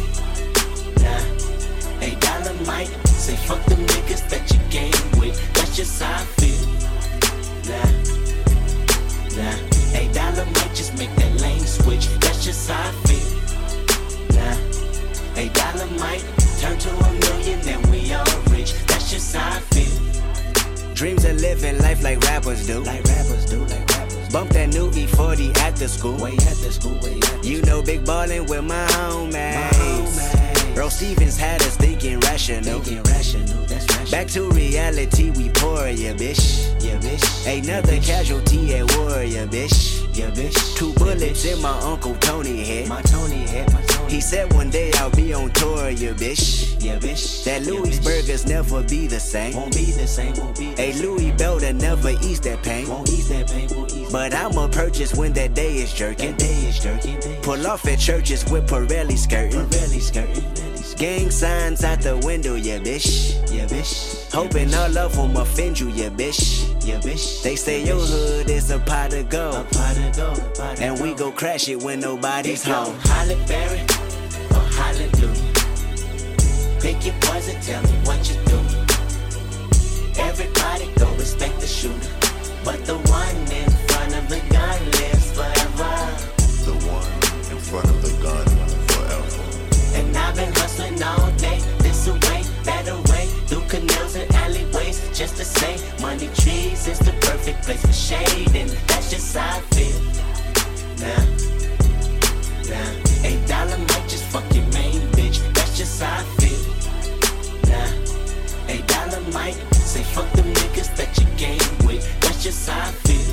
Speaker 7: Nah, eight dollar might say fuck them niggas that you game with. That's just how I feel. Nah, nah. Eight dollar might just make that lane switch. That's just how I feel. Nah, eight dollar might turn to a million and we all rich. That's just how I feel. Dreams of living life like rappers do. Like rappers do, like rappers do. Bump that new E forty at the school. Way at the school, way at the You know big ballin' with my homies. My homies. Earl Stevens had us thinking rational. Thinking rational, that's rational. Back to reality, we pour, yeah, bitch. Yeah, bitch. Another yeah, casualty at war, yeah, bitch. Yeah, bitch. Two bullets yeah, bitch. In my Uncle Tony head. My Tony head, my Tony. He said one day I'll be on tour, yeah, bitch. Yeah, bitch. That Louis yeah, burgers never be the same. Won't be the same, won't be the hey, same. Louis Belder never ease that pain. Won't ease that pain, won't ease But I'ma purchase when that day is jerking. That day is jerking. Pull off at churches with Pirelli skirting. Pirelli skirting. Gang signs out the window, yeah, bitch. Yeah, bitch. Hoping all of them offend you, yeah, bitch. Yeah, bitch. They say your hood is a pot of gold. A pot of gold. A pot of and gold. We go crash it when nobody's home. Halle Berry or Hallelujah. Pick your poison, tell me what you do. Everybody go respect the shooter, but the one in front of the gun lives forever.
Speaker 8: The one in front of the gun forever.
Speaker 7: And I've been hustling all day, this away, that away, through canals and alleyways, just to say, Money Trees is the perfect place for shade, and that's just how I feel. Nah, nah, eight dollar might just fuck your main bitch, that's just how I feel. Nah, eight dollar might say fuck them niggas that you game with, that's just how I feel.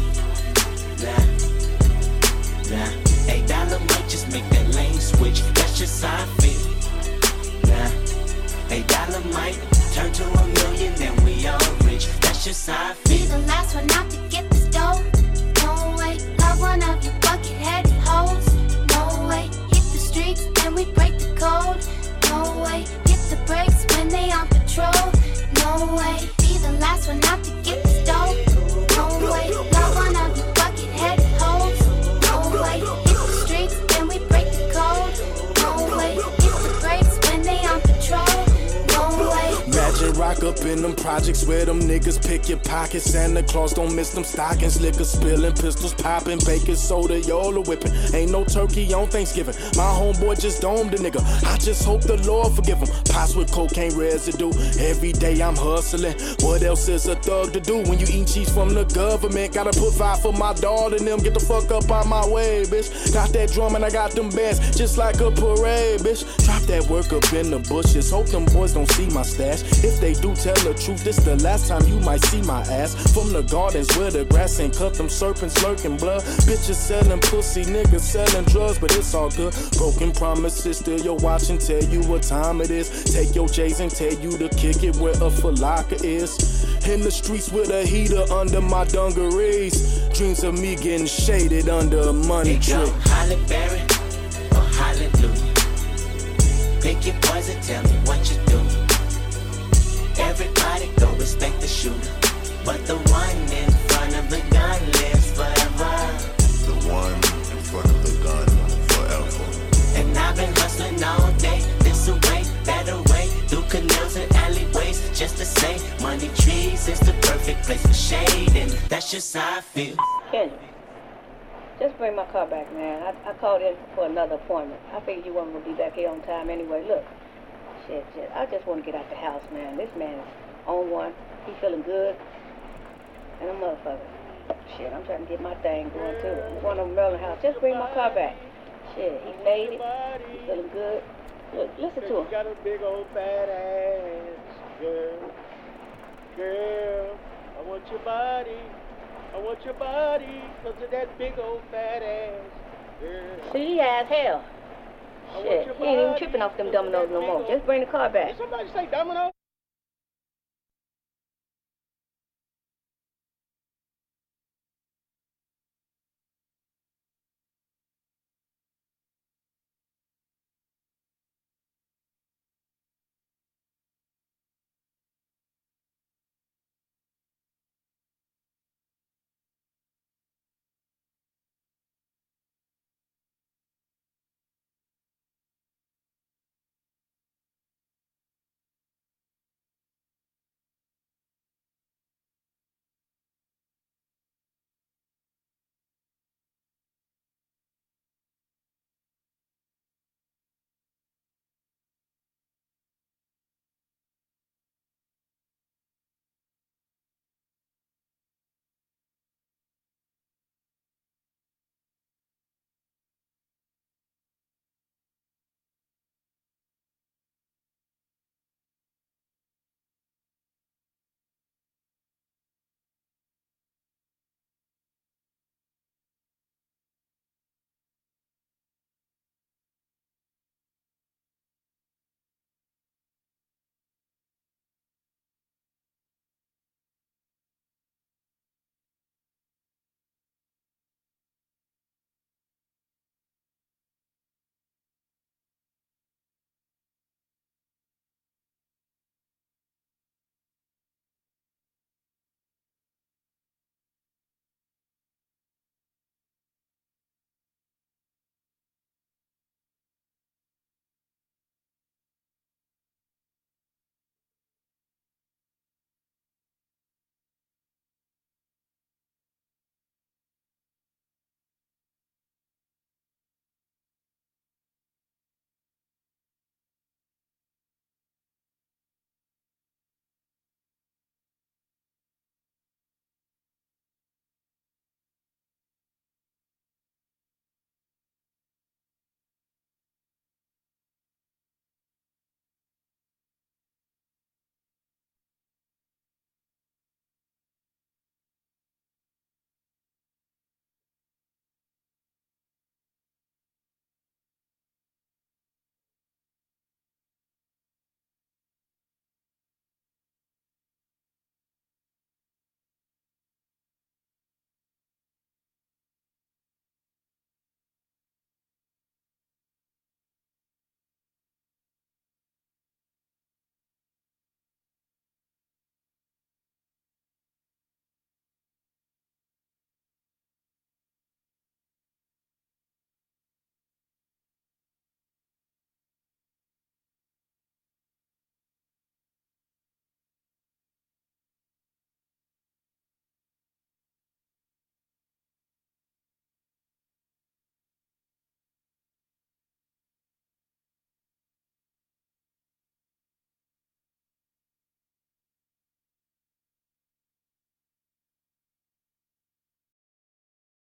Speaker 7: Nah, nah, eight dollar might just make that lane switch, that's just how I feel. Nah, eight dollar might turn to a million and we all rich. That's just how I feel.
Speaker 9: Be the last one out to get this dough. No way, love one of you bucket-headed hoes. No way, hit the streets and we break the code. No way, hit the brakes when they on patrol. No way, be the last one out to get this dough. No way, love one of you bucket-headed hoes. No way, hit the streets and we break the code. No way, hit the brakes when they on patrol. No way.
Speaker 10: Imagine rock up in them projects where them niggas pick your pockets. Santa Claus don't miss them stockings. Liquor spilling, pistols popping, baking soda, Yola whipping. Ain't no turkey on Thanksgiving. My homeboy just domed a nigga. I just hope the Lord forgive him. Pots with cocaine residue. Every day I'm hustling. What else is a thug to do when you eat cheese from the government? Gotta put five for my daughter and them. Get the fuck up out my way, bitch. Got that drum and I got them bands just like a parade, bitch. Drop that work up in the bushes. Hope them boys don't see my stash. If they do, tell the truth. This the last time you might see my ass. From the gardens where the grass ain't cut, them serpents lurking blood. Bitches selling pussy, niggas selling drugs, but it's all good. Broken promises, still your watch and tell you what time it is. Take your J's and tell you to kick it where a falaka is. In the streets with a heater under my dungarees. Dreams of me getting shaded under a money tree.
Speaker 7: Holly Berry or Hallelujah. Pick your poison, tell me what you do. Everybody go respect the shooter, but the one in front of the gun lives forever.
Speaker 8: The one in front of the gun forever.
Speaker 7: And I've been hustling all day, this away, that away, through canals and alleyways, just to say, money trees is the perfect place for shade, and that's just how I feel.
Speaker 11: Kendrick, just bring my car back, man. I, I called in for another appointment. I figured you weren't going to be back here on time anyway. Look, shit, shit, I just want to get out the house, man. This man is on one. He feeling good. And a motherfucker. Shit, I'm trying to get my thing going, too. I'm going to Maryland house. Just bring my car back. Shit, he made it. He feeling good. Look, listen to him.
Speaker 12: You got a big old fat ass, girl. Girl, I want your body. I want your body, cause of that big old fat ass. Girl.
Speaker 11: See, he has hell. Shit, he ain't even tripping off them dominoes no more. Just bring the car back.
Speaker 12: Did somebody say domino?